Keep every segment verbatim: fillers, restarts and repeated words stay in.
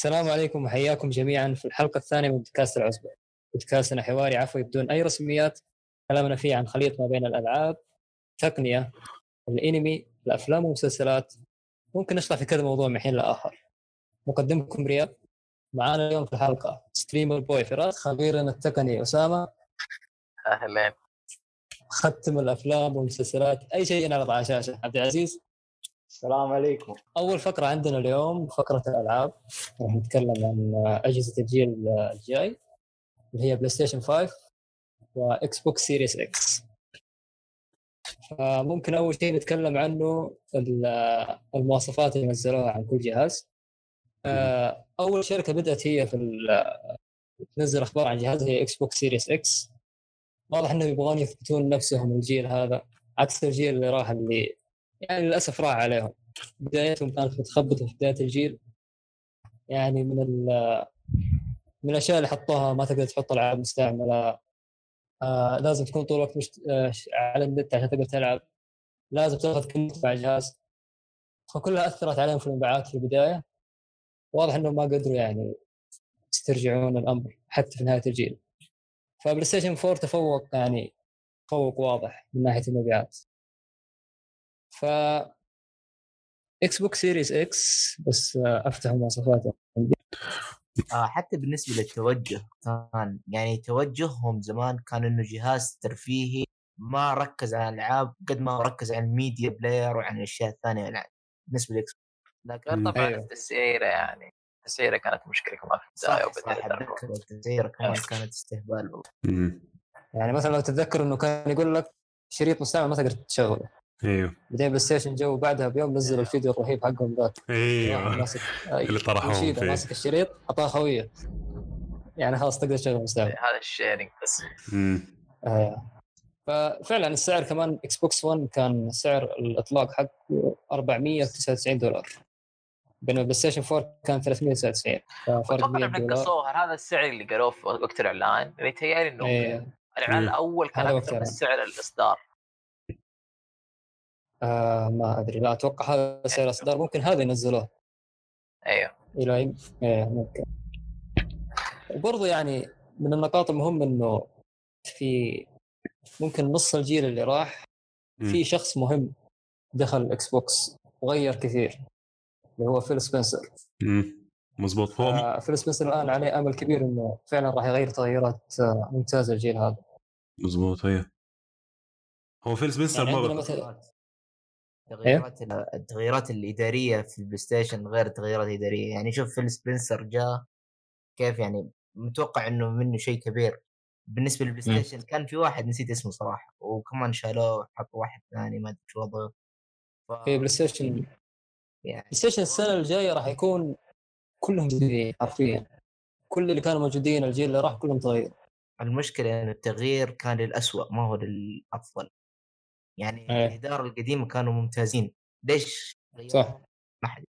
السلام عليكم وحياكم جميعا في الحلقة الثانية من بودكاست العزبة. بودكاستنا حواري عفوي بدون أي رسميات، كلامنا فيه عن خليط ما بين الألعاب، تقنية، الإنمي، الأفلام والمسلسلات. ممكن نشرح في كذا موضوع من حين لآخر. مقدمكم رياض. معانا اليوم في الحلقة ستريمر بوي فراس، خبيرنا التقني أسامة، أهلين. ختم الأفلام والمسلسلات، أي شيء ينعرض على شاشة عبد العزيز. السلام عليكم. أول فقرة عندنا اليوم فقرة الألعاب، راح نتكلم عن أجهزة الجيل الجاي اللي هي بلاي ستيشن خمسة وإكس بوكس سيريس إكس. فممكن أول شيء نتكلم عنه المواصفات اللي نزلوها عن كل جهاز. أول شركة بدأت هي في تنزل أخبار عن جهاز هي إكس بوكس سيريس إكس. واضح إنهم يبغون يثبتون نفسهم الجيل هذا عكس الجيل اللي راح، اللي يعني للأسف راح عليهم. بدايتهم كانت متخبطة في بداية الجيل، يعني من من الأشياء اللي حطوها ما تقدر تحط ألعاب مستعملة، آه لازم تكون طول الوقت مشت... آه على النت عشان تقدر تلعب، لازم تاخذ كلمة مع الجهاز. فكلها أثرت عليهم في المبيعات في البداية. واضح إنهم ما قدروا يعني يسترجعون الأمر حتى في نهاية الجيل. فبلاي ستيشن فور تفوق، يعني تفوق واضح من ناحية المبيعات. ف إكس بوكس سيريس إكس بس آه أفتح مواصفاته. آه حتى بالنسبة للتوجه كان يعني توجههم زمان كان إنه جهاز ترفيهي، ما ركز على الألعاب قد ما ركز على الميديا بلاير وعن الأشياء الثانية يعني بالنسبة لإكس. لكن طبعا أيوه. التسعيرة يعني التسعيرة كانت مشكلة كمان في البداية، صح أتذكر التسعيرة كمان كانت استهبال والله. يعني مثلا لو تتذكر إنه كان يقول لك شريط مستعمل ما تقدر تشغله. ايوه بعدين بلاي ستيشن جو بعدها بيوم نزلوا الفيديو الرهيب حقهم ذاك. ايوه ماسك اللي طرحوهم فيه ماسك الشريط حطاه خويه، يعني خلاص تقدر تشغل مستعمل. هذا الشيرنج بس. امم آه. ففعلا السعر كمان اكس بوكس ون كان سعر الاطلاق حقه أربعمية وتسعة وتسعين دولار، بينما بلاي ستيشن فور كان ثلاثمية وتسعة وتسعين، ففرق مية دولار. هذا السعر اللي قالوه في وقت الاعلان، يعني تهيألي انه إيه. الاعلان الاول كان اكثر من سعر الاصدار. آه ما ادري، لا اتوقع هذا سعر الاصدار، ممكن هذا ينزلوه. ايوه الى ايه ممكن. وبرضه يعني من النقاط المهمه انه في ممكن نص الجيل اللي راح في شخص مهم دخل الاكس بوكس وغير كثير، اللي هو فيل سبنسر. امم مزبوط. هو فيل سبنسر الان عليه امل كبير انه فعلا راح يغير تغيرات ممتازه الجيل هذا. مزبوط. هي هو فيل سبنسر يعني ما مثلا تغييرات التغييرات الاداريه في البلاي ستيشن غير التغييرات الاداريه. يعني شوف فيل سبنسر جاء كيف، يعني متوقع انه منه شيء كبير بالنسبه للبلاي ستيشن. كان في واحد نسيت اسمه صراحه، وكمان شالوه حطوا واحد ثاني ما ادري شو وضعه. ف... في بلاي ستيشن يعني بلاي ستيشن السنه الجايه راح يكون كلهم جديدين حرفيا، كل اللي كانوا موجودين الجيل اللي راح كلهم تغير. المشكله ان التغيير كان للأسوأ ما هو للافضل. يعني أيه. الاداره القديمه كانوا ممتازين، ليش صح ما حد.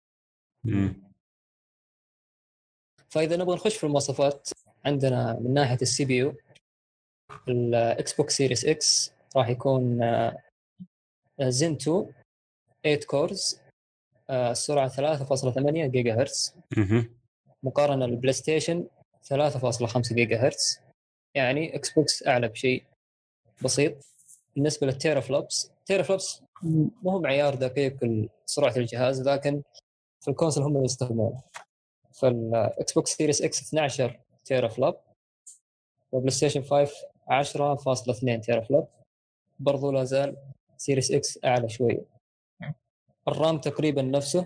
فاذا نبغى نخش في المواصفات، عندنا من ناحيه السي بي يو الاكس بوكس سيريس اكس راح يكون زين تو ثمانية كورز، السرعه ثلاثة فاصلة ثمانية جيجا هرتز، مقارنه بالبلاي ستيشن ثلاثة فاصلة خمسة جيجا هرتز. يعني اكس بوكس اعلى بشيء بسيط. بالنسبه للتيرا فلوبس، تيرا فلوبس مو هو معيار دقيق سرعه الجهاز، لكن في الكونسول هم يستخدمونه. فالاكس بوكس سيريس اكس اثنا عشر تيرا فلوب، وبلاي ستيشن خمسة عشرة فاصلة اثنين تيرا فلوب. برضو لا زال سيريس اكس اعلى شوي. الرام تقريبا نفسه.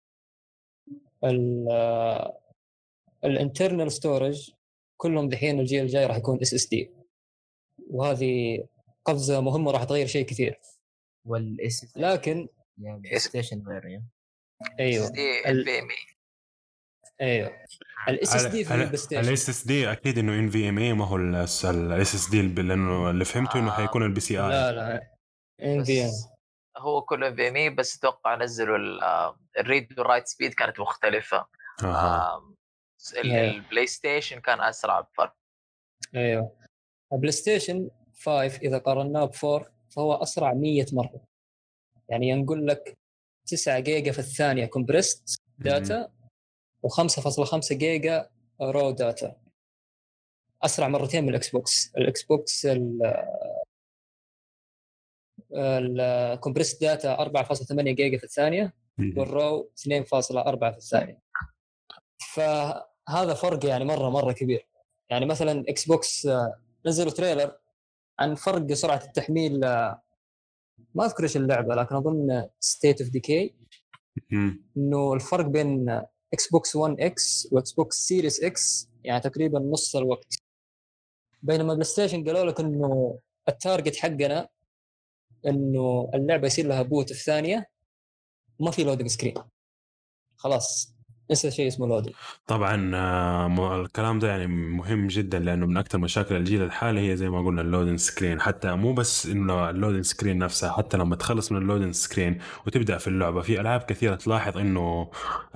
الانترنال ستورج كلهم دحين الجيل الجاي راح يكون اس اس دي، وهذه قفزه مهمه راح تغير شيء كثير. والاس لكن يعني بلاي ستيشن غير يعني ايوه ال بي ام ايوه الاس اس دي في البلاي ستيشن. الاس اس دي اكيد انه ان في ام اي، ما هو الاس اس دي، لانه اللي فهمته انه حيكون البي سي اي. لا لا ان في ام هو كله ان في ام اي، بس اتوقع نزلوا الريد والرايت سبيد كانت مختلفه. آه. البلاي ستيشن كان اسرع بفرق. ايوه البلاي ستيشن خمسة اذا قارناه بفور فهو اسرع مية مره. يعني نقول لك تسعة جيجا في الثانيه كومبريست داتا، وخمسة فاصلة خمسة جيجا رو داتا، اسرع مرتين من الاكس بوكس. الاكس بوكس الكمبريس داتا أربعة فاصلة ثمانية جيجا في الثانيه والرو اثنين فاصلة أربعة في الثانيه. فهذا فرق يعني مره مره كبير. يعني مثلا اكس بوكس نزلوا تريلر عن فرق سرعه التحميل، ما اذكر ايش اللعبه لكن اظن ستيت اوف ديكي، انه الفرق بين اكس بوكس ون اكس واكس بوكس سيريس اكس يعني تقريبا نص الوقت. بينما بلاي ستيشن قالوا لك انه التارجت حقنا انه اللعبه يصير لها بوت في ثانيه وما في لودنج سكرين، خلاص انسى شيء اسمه لودنج. طبعا آه، الكلام ده يعني مهم جدا، لانه من اكثر مشاكل الجيل الحالي هي زي ما قلنا اللودنج سكرين. حتى مو بس انه اللودنج سكرين نفسها، حتى لما تخلص من اللودنج سكرين وتبدا في اللعبه، في العاب كثيره تلاحظ انه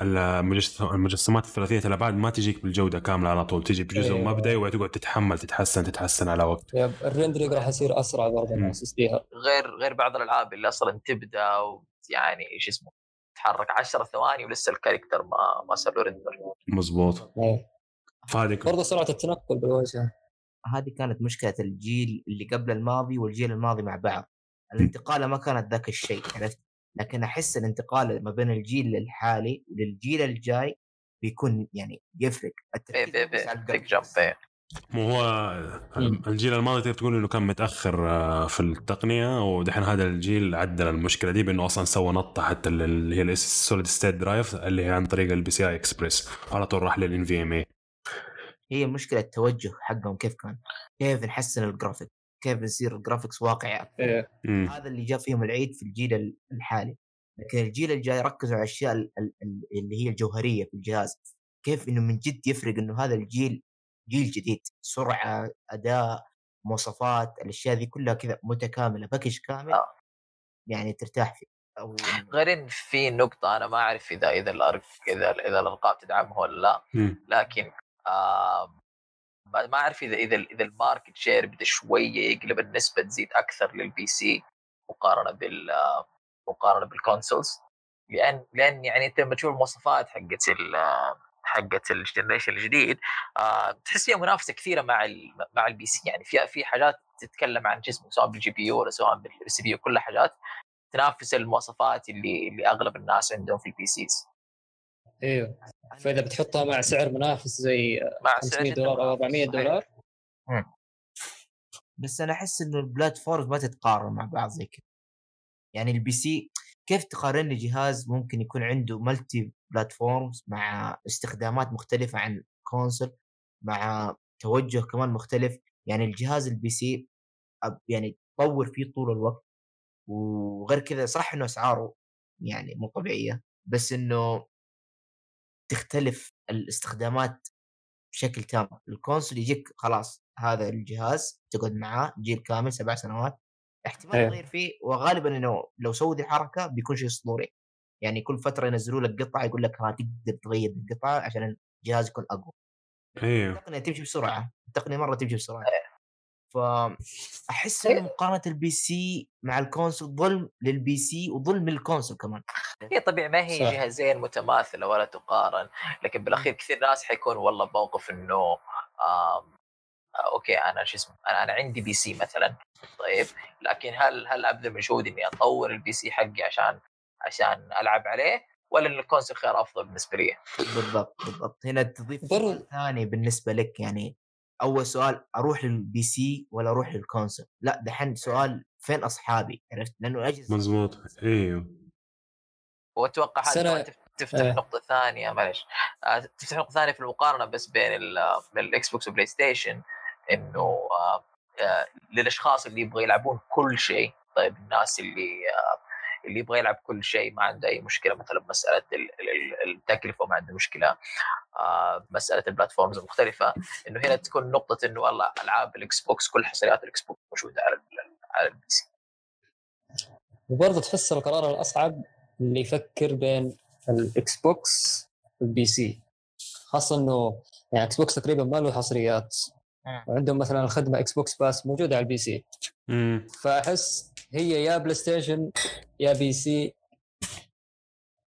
المجسمات الثلاثيه الابعاد ما تجيك بالجوده كامله على طول، تجي بجزء أيوة. مبدئي وتقعد تتحمل تتحسن تتحسن على وقت. الريندرينج راح يصير اسرع برضه مع اس اس دي. غير غير بعض الالعاب اللي اصلا تبدا يعني ايش اسمه تحرك عشر ثواني ولسه الكاركتر ما ما صار له ريندر. مزبوط. فهذه برضه سرعه التنقل بالواجهه. هذه كانت مشكله الجيل اللي قبل الماضي والجيل الماضي مع بعض، الانتقال ما كانت ذاك الشيء، عرفت؟ لكن احس الانتقال ما بين الجيل الحالي للجيل الجاي بيكون يعني يفرق التركيز. مو هو الجيل الماضي تقدر تقول انه كان متاخر في التقنيه، ودحين هذا الجيل عدل المشكله دي بانه اصلا سوى نطه حتى اللي هي السوليد ستيت درايف اللي هي عن طريق البي سي اي اكسبريس على طول راح للان في ام اي. هي مشكله التوجه حقهم كيف كان، كيف نحسن الجرافيك، كيف نصير الجرافيكس واقعي اكثر. إيه. هذا اللي جاء فيهم العيد في الجيل الحالي. لكن الجيل الجاي ركزوا على الاشياء اللي هي الجوهريه في الجهاز، كيف انه من جد يفرق انه هذا الجيل جيل جديد، سرعه، اداء، مواصفات، الاشياء دي كلها كذا متكامله، باكج كامل آه. يعني ترتاح فيه. أو غير إن في نقطه انا ما اعرف اذا اذا الارق اذا اذا الارقام تدعمها ولا لا، لكن آه ما اعرف اذا اذا اذا الماركت شير بدا شويه يقلب، النسبه تزيد اكثر للبي سي مقارنه بال مقارنه بالكونسولز، لان لان يعني انت لما تشوف المواصفات حقت ال حقت الجنريشن الجديد آه تحس فيها منافسه كثيره مع ال مع البي سي. يعني في في حاجات تتكلم عن جسمه سواء بالجي بي يو ولا سواء بالسي بي يو، كل حاجات تنافس المواصفات اللي اللي اغلب الناس عندهم في البي سيز. ايوه، فاذا بتحطها مع سعر منافس زي خمسمية دولار او أربعمية دولار. م. بس انا احس انه البلاتفورم ما تتقارن مع بعض زي كذا. يعني البي سي كيف تقارن لي جهاز ممكن يكون عنده مالتي بلاتفورمز مع استخدامات مختلفة عن كونسول مع توجه كمان مختلف؟ يعني الجهاز البي سي يعني تطور فيه طول الوقت، وغير كذا صح انه اسعاره يعني مو طبيعية، بس انه تختلف الاستخدامات بشكل تام. الكونسول يجيك خلاص هذا الجهاز تقعد معاه جيل كامل سبع سنوات، احتمال يغير فيه، وغالبا انه لو سووا دي الحركه بيكون شيء اسطوري. يعني كل فتره ينزلوا لك قطعه يقول لك ها تقدر تغير القطعه عشان الجهاز يكون اقوى. ايوه التقنيه تمشي بسرعه، التقنيه مره تمشي بسرعه. فاحس انه مقارنه البي سي مع الكونسول ظلم للبي سي وظلم للكونسول كمان. هي طبيعي ما هي جهازين متماثله ولا تقارن، لكن بالاخير كثير ناس حيكون والله موقف انه آم اوكي انا شو اسمه انا انا عندي بي سي مثلا، طيب لكن هل هل ابذل مجهود اني اطور البي سي حقي عشان عشان العب عليه، ولا ان الكونسول خيار افضل بالنسبه لي؟ بالضبط بالضبط. هنا تضيف سؤال ثاني بالنسبه لك، يعني اول سؤال اروح للبي سي ولا اروح للكونسول؟ لا دحين سؤال فين اصحابي، عرفت؟ لانه اجهزه مزبوط. ايوه واتوقع هذا تفتح آه. نقطه ثانيه معلش آه تفتح نقطه ثانيه في المقارنه بس بين الاكس بوكس وبلاي ستيشن، انه آه آه للاشخاص اللي يبغوا يلعبون كل شيء. طيب الناس اللي آه اللي يبغى يلعب كل شيء ما عنده اي مشكله، مثلا مساله التكلفه ما عنده مشكله، آه مساله البلاتفورمز المختلفه، انه هنا تكون نقطه انه والله العاب الاكس بوكس كل حصريات الاكس بوكس موجوده على على البي سي. وبرضه تحس القرار الاصعب اللي يفكر بين الاكس بوكس والبي سي، خاصه انه يعني اكس بوكس تقريبا ما له حصريات، وعندهم مثلا الخدمه اكس بوكس باس موجوده على البي سي. فاحس هي يا بلاي ستيشن يا بي سي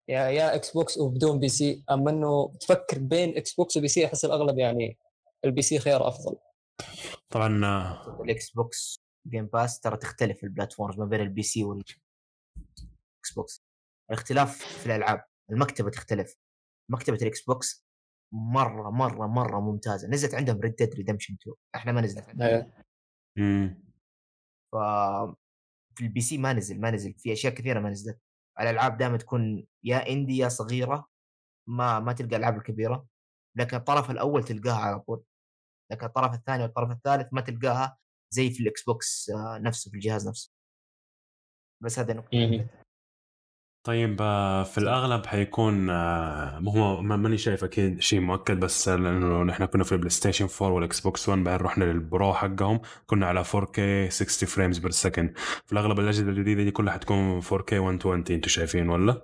يا يا اكس بوكس وبدون بي سي. اما انه تفكر بين اكس بوكس وبي سي احس الاغلب يعني البي سي خيار افضل. طبعا الاكس بوكس جيم باس ترى تختلف البلاتفورمز ما بين البي سي والاكس بوكس. الاختلاف في الالعاب، المكتبه تختلف. مكتبه الاكس بوكس مره مره مره ممتازه. نزلت عندهم ريد ديد ريدمشن تو، احنا ما نزلت عندنا. امم ف في البي سي ما نزل ما نزل في اشياء كثيره ما نزلت. الالعاب دائما تكون يا اندي يا صغيره، ما ما تلقى الالعاب الكبيره، لكن الطرف الاول تلقاها على طول، لكن الطرف الثاني والطرف الثالث ما تلقاها زي في الاكس بوكس نفسه في الجهاز نفسه. بس هذا نقطه. طيب في الأغلب حيكون مو ماني شايف أكيد شيء مؤكد، بس لأنه نحن كنا في البلاي ستيشن فور والإكس بوكس ون، بعدين رحنا للبرو حقهم كنا على فور كي ستين فريمز بير سكند. في الأغلب الأجهزة الجديدة دي كلها حتكون فور كي مية وعشرين. أنتوا شايفين ولا؟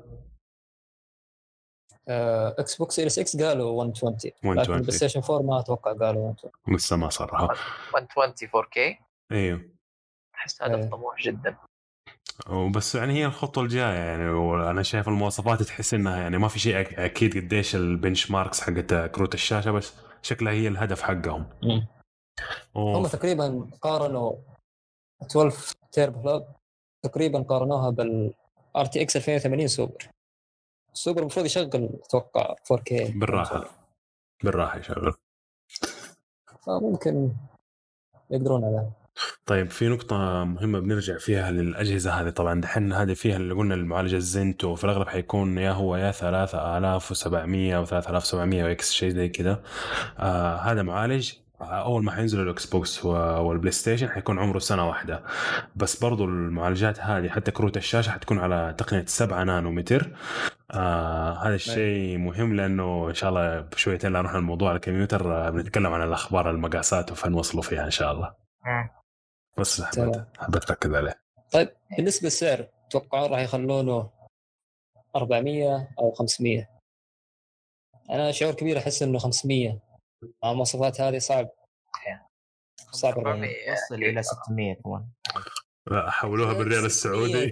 اكس بوكس سيريس اكس قالوا مية وعشرين، لكن البلاي ستيشن فور ما اتوقع قالوا مية وعشرين. لسه ما صرحوا مية وعشرين فور كي. ايوه احس هذا طموح جدا. وبس يعني هي الخطوه الجايه يعني. وانا شايف المواصفات تحس انها يعني ما في شيء اكيد قديش البنش ماركس حقت كروت الشاشه، بس شكلها هي الهدف حقهم. هم تقريبا قارنوا اثنا عشر تيرب فلوب، تقريبا قارنوها بال ار تي اكس ألفين وثمانين سوبر. السوبر المفروض يشغل اتوقع فور كي بالراحه بالراحه يشغل، فممكن يقدرون على. طيب في نقطة مهمة بنرجع فيها للأجهزة هذه. طبعا دحين هذه فيها اللي قلنا المعالجة الزينتو، في الأغلب حيكون يا هو يا ثلاثة آلاف وسبعمية أو ثلاثة آلاف وسبعمية وإكس شيء زي كده. آه هذا معالج أول ما حينزل الإكس بوكس والبلاي ستيشن حيكون عمره سنة واحدة، بس برضو المعالجات هذه حتى كروت الشاشة حتكون على تقنية سبعة نانومتر. آه هذا الشيء مهم لأنه إن شاء الله بشويتين لا نروح الموضوع على الكمبيوتر بنتكلم عن الأخبار المقاسات وفين وصلوا فيها إن شاء الله. بس حبيت حبيت أركز عليه. طيب بالنسبة للسعر توقعوا راح يخلونه أربعمية أو خمسمية؟ أنا شعور كبير أحس إنه خمسمية مع المواصفات هذه صعب صعب يوصل إلى ستمية كمان. لا حولوها بالريال السعودي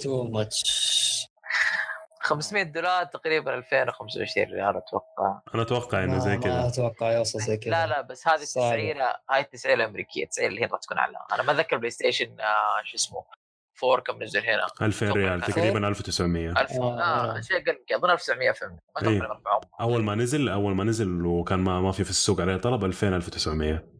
خمسمية دولار تقريبا ألفين وخمسة وعشرين ريال اتوقع. انا اتوقع انه زي كذا. ما اتوقع يوصل زي كذا. لا لا بس هذه التسعيره، هاي التسعيره الامريكيه، التسعيره اللي هنا راح تكون اعلى. انا ما اتذكر بلاي ستيشن آه شو اسمه فور كم نزل هنا ألفين ريال تقريبا ألف وتسعمية. ألف اه شيء اقل اظن ألف وتسعمية فهمت. ما اتوقع أيه. مرفعهم اول ما نزل اول ما نزل وكان ما ما في في السوق عليه طلب ألفين ألف وتسعمية.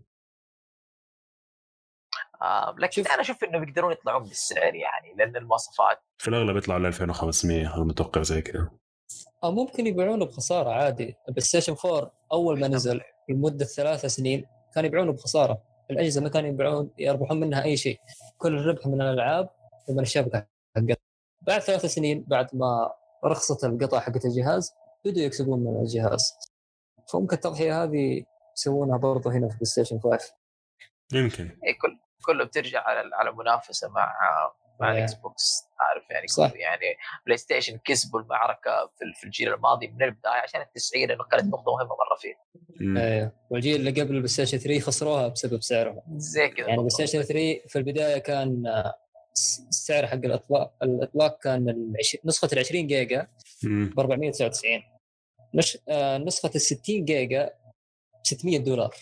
آه لكن شوف. انا اشوف انه بيقدرون يطلعون بالسعر يعني، لان المواصفات في الاغلب يطلعوا ل ألفين وخمسمية انا متوقع زي كده. او ممكن يبيعونه بخساره عادي. البلاي ستيشن فور اول ما نزل لمده ثلاث سنين كان يبيعونه بخساره، الاجهزه ما كانوا يبيعون يربحون منها اي شيء، كل الربح من الالعاب ومن الشبكه حقت. بعد ثلاث سنين بعد ما رخصت القطع حقت الجهاز بدوا يكسبون من الجهاز. فممكن التضحيه هذه يسوونها برضه هنا في البلاي ستيشن فايف. يمكن إيه كل كله بترجع على على منافسه مع مع الاكس بوكس، عارف يعني. صح. يعني بلاي ستيشن كسبوا المعركه في في الجيل الماضي من البدايه عشان التسعيره، انه كانت نقطه مهمه مره فيه. ايوه والجيل اللي قبل البلاي ستيشن ثري خسروها بسبب سعرهم زي كذا. يعني البلاي ستيشن ثري في البدايه كان السعر حق الاطلاق الاطلاق كان العش... نسخه ال عشرين جيجا ب أربعمية وتسعة وتسعين، نش... آه نسخه ال ستين جيجا ب ستمية دولار.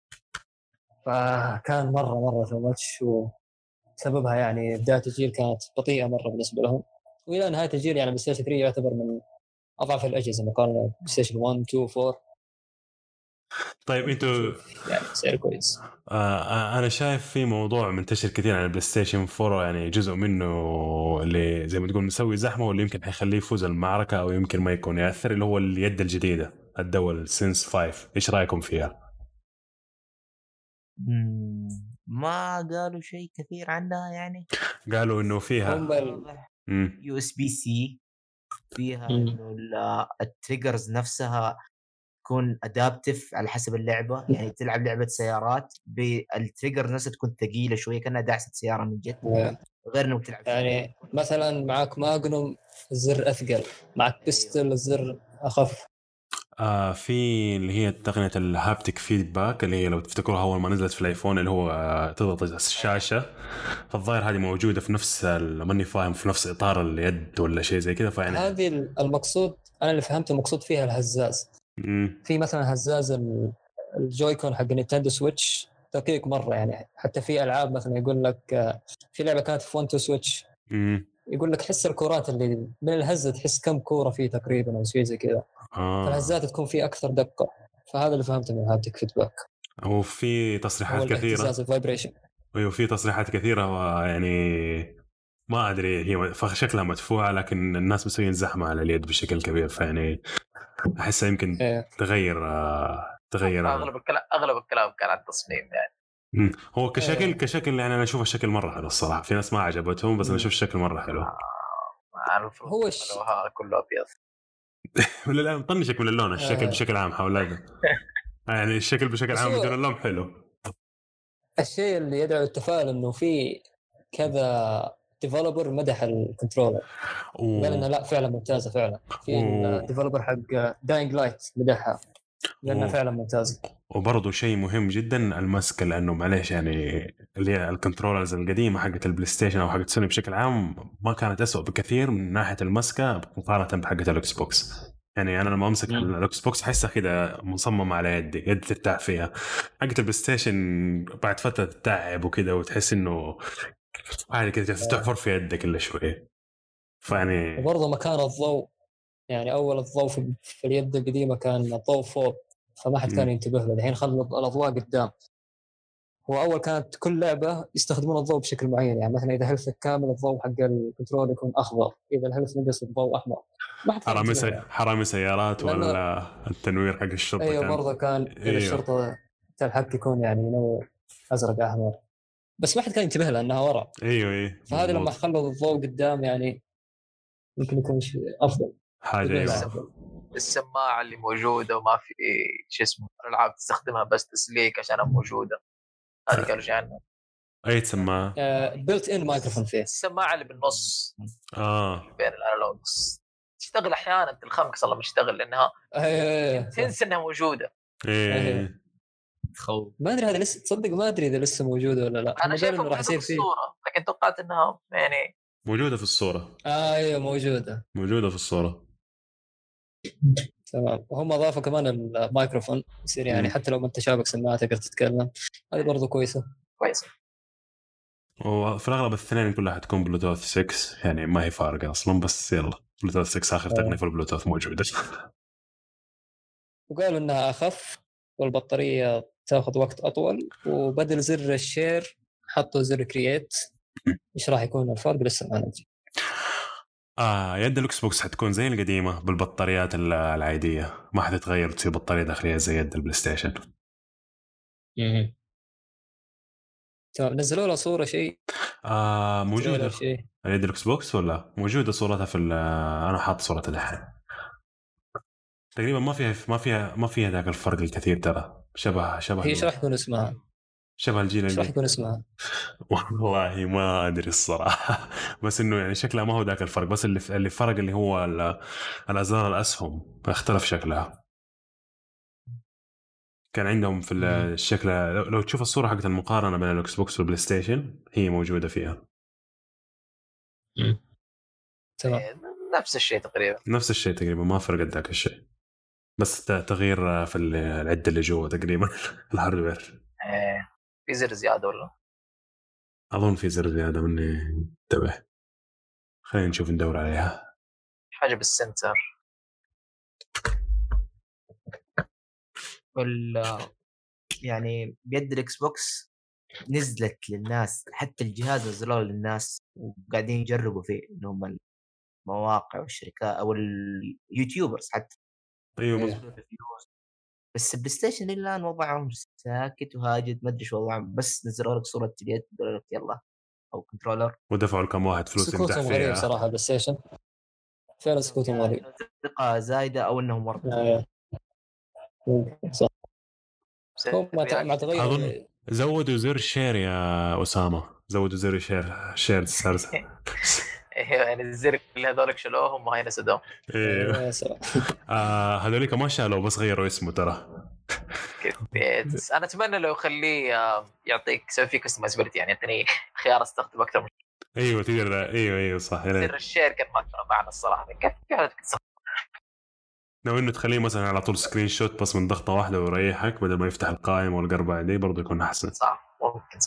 فكان مره مره ثمتش، وسببها يعني بدايه الجيل كانت بطيئه مره بالنسبه لهم، والى نهايه الجيل يعني بلاي ستيشن ثري يعتبر من اضعف الاجهزه مقارنه بلاي ستيشن واحد اثنين فور. طيب انتوا يعني سعر كويس. آه انا شايف في موضوع منتشر كثير عن البلاي ستيشن فور، يعني جزء منه اللي زي ما تقول مسوي زحمه واللي يمكن حيخليه يفوز المعركه او يمكن ما يكون ياثر، اللي هو اليد الجديده الدول سينس فايف. ايش رايكم فيها؟ ما قالوا شيء كثير عنها يعني. قالوا انه فيها يو اس بي سي، فيها انه التريجرز نفسها تكون ادابتيف على حسب اللعبه، يعني تلعب لعبه سيارات بالتريجر نفسها تكون ثقيله شويه كانها دعسه سياره من جد، غير انه تلعب يعني مثلا معك ماغنوم الزر اثقل، معك بيستل الزر اخف. آه في اللي هي تقنية الهابتيك فيدباك اللي هي لو تفتكروها أول ما نزلت في الآيفون، اللي هو آه تضغط الشاشة، فالظاهر هذه موجودة في نفس ماني فاهم في نفس إطار اليد ولا شيء زي كده. فيعني هذه المقصود انا اللي فهمته مقصود فيها الهزاز. مم. في مثلا هزاز ال- الجويكون حق نينتندو سويتش دقيق مره، يعني حتى في العاب مثلا يقول لك آه، في لعبه كانت في ون تو سويتش مم. يقول لك حس الكرات اللي من الهزه تحس كم كوره فيه تقريبا او شيء زي كذا. آه. فالهزات تكون فيه اكثر دقه. فهذا اللي فهمته من هابتك فيدباك، هو في هو تصريحات كثيرة. الاهتزاز الفايبريشن. ايوه في تصريحات كثيرة يعني ما ادري هي شكلها مدفوعة، لكن الناس مسوين زحمة على اليد بشكل كبير، فيعني احسها يمكن إيه. تغير آه، تغير اغلب الكلام اغلب الكلام كان عن التصميم يعني. مم. هو كشكل إيه. كشكل يعني انا اشوف الشكل مرة حلو الصراحة. في ناس ما عجبتهم بس انا اشوف الشكل مرة حلو. عارف هو الش... هذا كله ابيض. ولا لا مطنشك من اللون الشكل آه. بشكل عام حول هذا يعني الشكل بشكل بس عام هو- بدون اللون حلو. الشيء اللي يدعو التفاؤل انه في كذا ديفلوبر مدح الكنترولر وقال انه لا فعلا ممتازه فعلا. في أوه. الديفلوبر حق داينج لايت مدحها لانها أوه. فعلا ممتازه. وبرضه شيء مهم جدا المسكه، لانه معليش يعني اللي هي الكنترولرز القديمه حقت البلاي ستيشن او حقت سوني بشكل عام ما كانت أسوأ بكثير من ناحيه المسكه مقارنه بحقت الاكس بوكس. يعني انا لما امسك الاكس بوكس احسها كده مصمم على يدي، يد ترتاح فيها. حقت البلاي ستيشن بعد فتره تتعب وكده وتحس انه عادي كده تحفر في يدك الا شويه. فيعني وبرضه مكان الضوء، يعني اول الضوء في في اليد القديمه كان الضوء فوق فما حد كان ينتبه له. الحين خلوا الاضواء قدام. هو اول كانت كل لعبه يستخدمون الضوء بشكل معين، يعني مثلا اذا هيلثك كامل الضوء حق الكنترول يكون اخضر، اذا الهيلث نقص الضوء احمر. ما حد كان حرامي ينتبه سي... له. حرامي سيارات لأنه- ولا التنوير حق الشرطه ايوه كان برضه كان اذا ايوه الشرطه تلحق يكون يعني ينور ازرق احمر، بس ما حد كان ينتبه له انها ورا. ايوه ايوه فهذه لما مظبوط. خلوا الضوء قدام يعني يمكن يكون شيء افضل. حاجه ينتبه له ايوه أفضل. السماعه اللي موجوده وما في شو اسمه الالعاب تستخدمها بس تسليك عشانها موجوده. هذه قالوا شيء عنها. اي سماعه بيلت ان مايكروفون فيه. السماعه اللي بالنص اه بين الانالوجز تشتغل احيانا تلخمك صار ما تشتغل لانها أيوة. تنسى انها موجوده. ايه تخوف. ما ادري هذا لسه تصدق ما ادري اذا لسه موجوده ولا لا. انا شايفها موجوده في الصوره لكن توقعت انها يعني موجوده في الصوره. آه ايوه موجوده موجوده في الصوره تمام. وهم اضافوا كمان الميكروفون يصير يعني مم. حتى لو ما انت شابك سماعه تقدر تتكلم. هذه برضو كويسه. كويس. وفي الاغلب الاثنين كلها حتكون بلوتوث ستة، يعني ما هي فارقه اصلا، بس يلا بلوتوث ستة اخر تقنيه في البلوتوث موجوده. وقالوا انها اخف والبطاريه تاخذ وقت اطول، وبدل زر الشير حطوا زر كرييت. ايش راح يكون الفرق لسه ما ندري. اه يد الاكس بوكس حتكون زي القديمه بالبطاريات العاديه، ما حتتغير تصير بطاريه داخليه زي يد البلاي ستيشن. امم تمام. نزلوا له صوره شيء آه موجوده شيء اليد الاكس بوكس ولا موجوده صورتها في انا حاط صورتها دحين. تقريبا ما فيها ما فيها ما فيها ذاك الفرق الكثير ترى. شبه شبه هي ايش راح يكون اسمها؟ شبه الجيل ايش راح اللي يكون اسمها؟ والله ما ادري الصراحه. بس انه يعني شكلها ما هو ذاك الفرق، بس اللي اللي فرق اللي هو الازرار الاسهم اختلف شكلها. كان عندهم في الشكل لو تشوف الصوره حقت المقارنه بين الاكس بوكس والبلاي ستيشن هي موجوده فيها. تمام. نفس الشيء تقريبا نفس الشيء تقريبا ما فرقت ذاك الشيء، بس تغيير في العده اللي جوا تقريبا. الهاردوير ايه في زر زياده ولا اظن في زر زياده مني انتبه. خلينا نشوف ندور عليها. حاجه بالسنتر وال يعني بيد الاكس بوكس نزلت للناس، حتى الجهاز نزلوه للناس وقاعدين يجربوا فيه اللي هم المواقع والشركات او اليوتيوبرز حتى. ايوه إيه. مزبوط. بس البلاي ستيشن الان وضعهم ساكت وهاجد، ما ادري شو وضعهم، بس نزلوا لك صوره اليد قالوا لك يلا او كنترولر. ودفعوا لكم واحد فلوس يمدح سكوتهم غريب فيها. صراحه بلاي ستيشن فعلا سكوتهم غريب. ثقه زايده او انهم ورطه. آه. صح. هم مع تغير اظن زودوا زر شير يا اسامه، زودوا زر شير شير سرس. يعني الزر اللي هذولك شلوهم وهاي نسدوهم. ايوه آه هذوليك ما شالوا بس غيروا اسمه ترى. انا اتمنى لو يخليه يعطيك يسوي فيه كستمايزابيلتي، يعني يعطيني خيار استخدم اكثر من ايوه تقدر. ايوه ايوه صح. زر الشير كان ما كان معنا الصراحه كيف كيف لو انه تخليه مثلا على طول سكرين شوت بس من ضغطه واحده ويريحك بدل ما يفتح القائمه والقربة دي برضه يكون احسن. صح ممكن.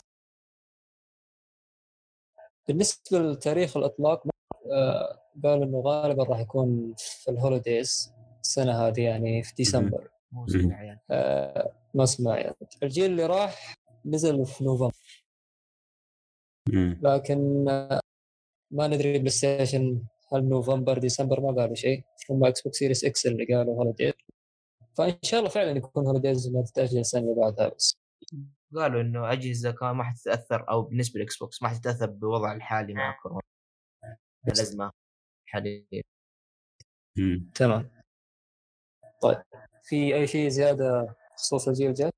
بالنسبه لتاريخ الاطلاق آه قالوا انه غالبا راح يكون في الهوليديز السنه هذه يعني في ديسمبر. موسم يعني آه ما اسمع يعني. الجيل اللي راح نزل في نوفمبر لكن آه ما ندري بلاي ستيشن هل نوفمبر ديسمبر ما قالوا شيء. هم اكس بوكس سيريس اكس اللي قالوا هوليديز فان شاء الله فعلا يكون هوليديز ما تتاجل السنه اللي بعدها. بس قالوا انه اجهزه كان ما حتتاثر او بالنسبه للاكس بوكس ما حتتاثر بوضع الحالي مع كورونا الازمه الحاليه. تمام. طيب في اي شيء زياده بخصوص الجيل الجاي؟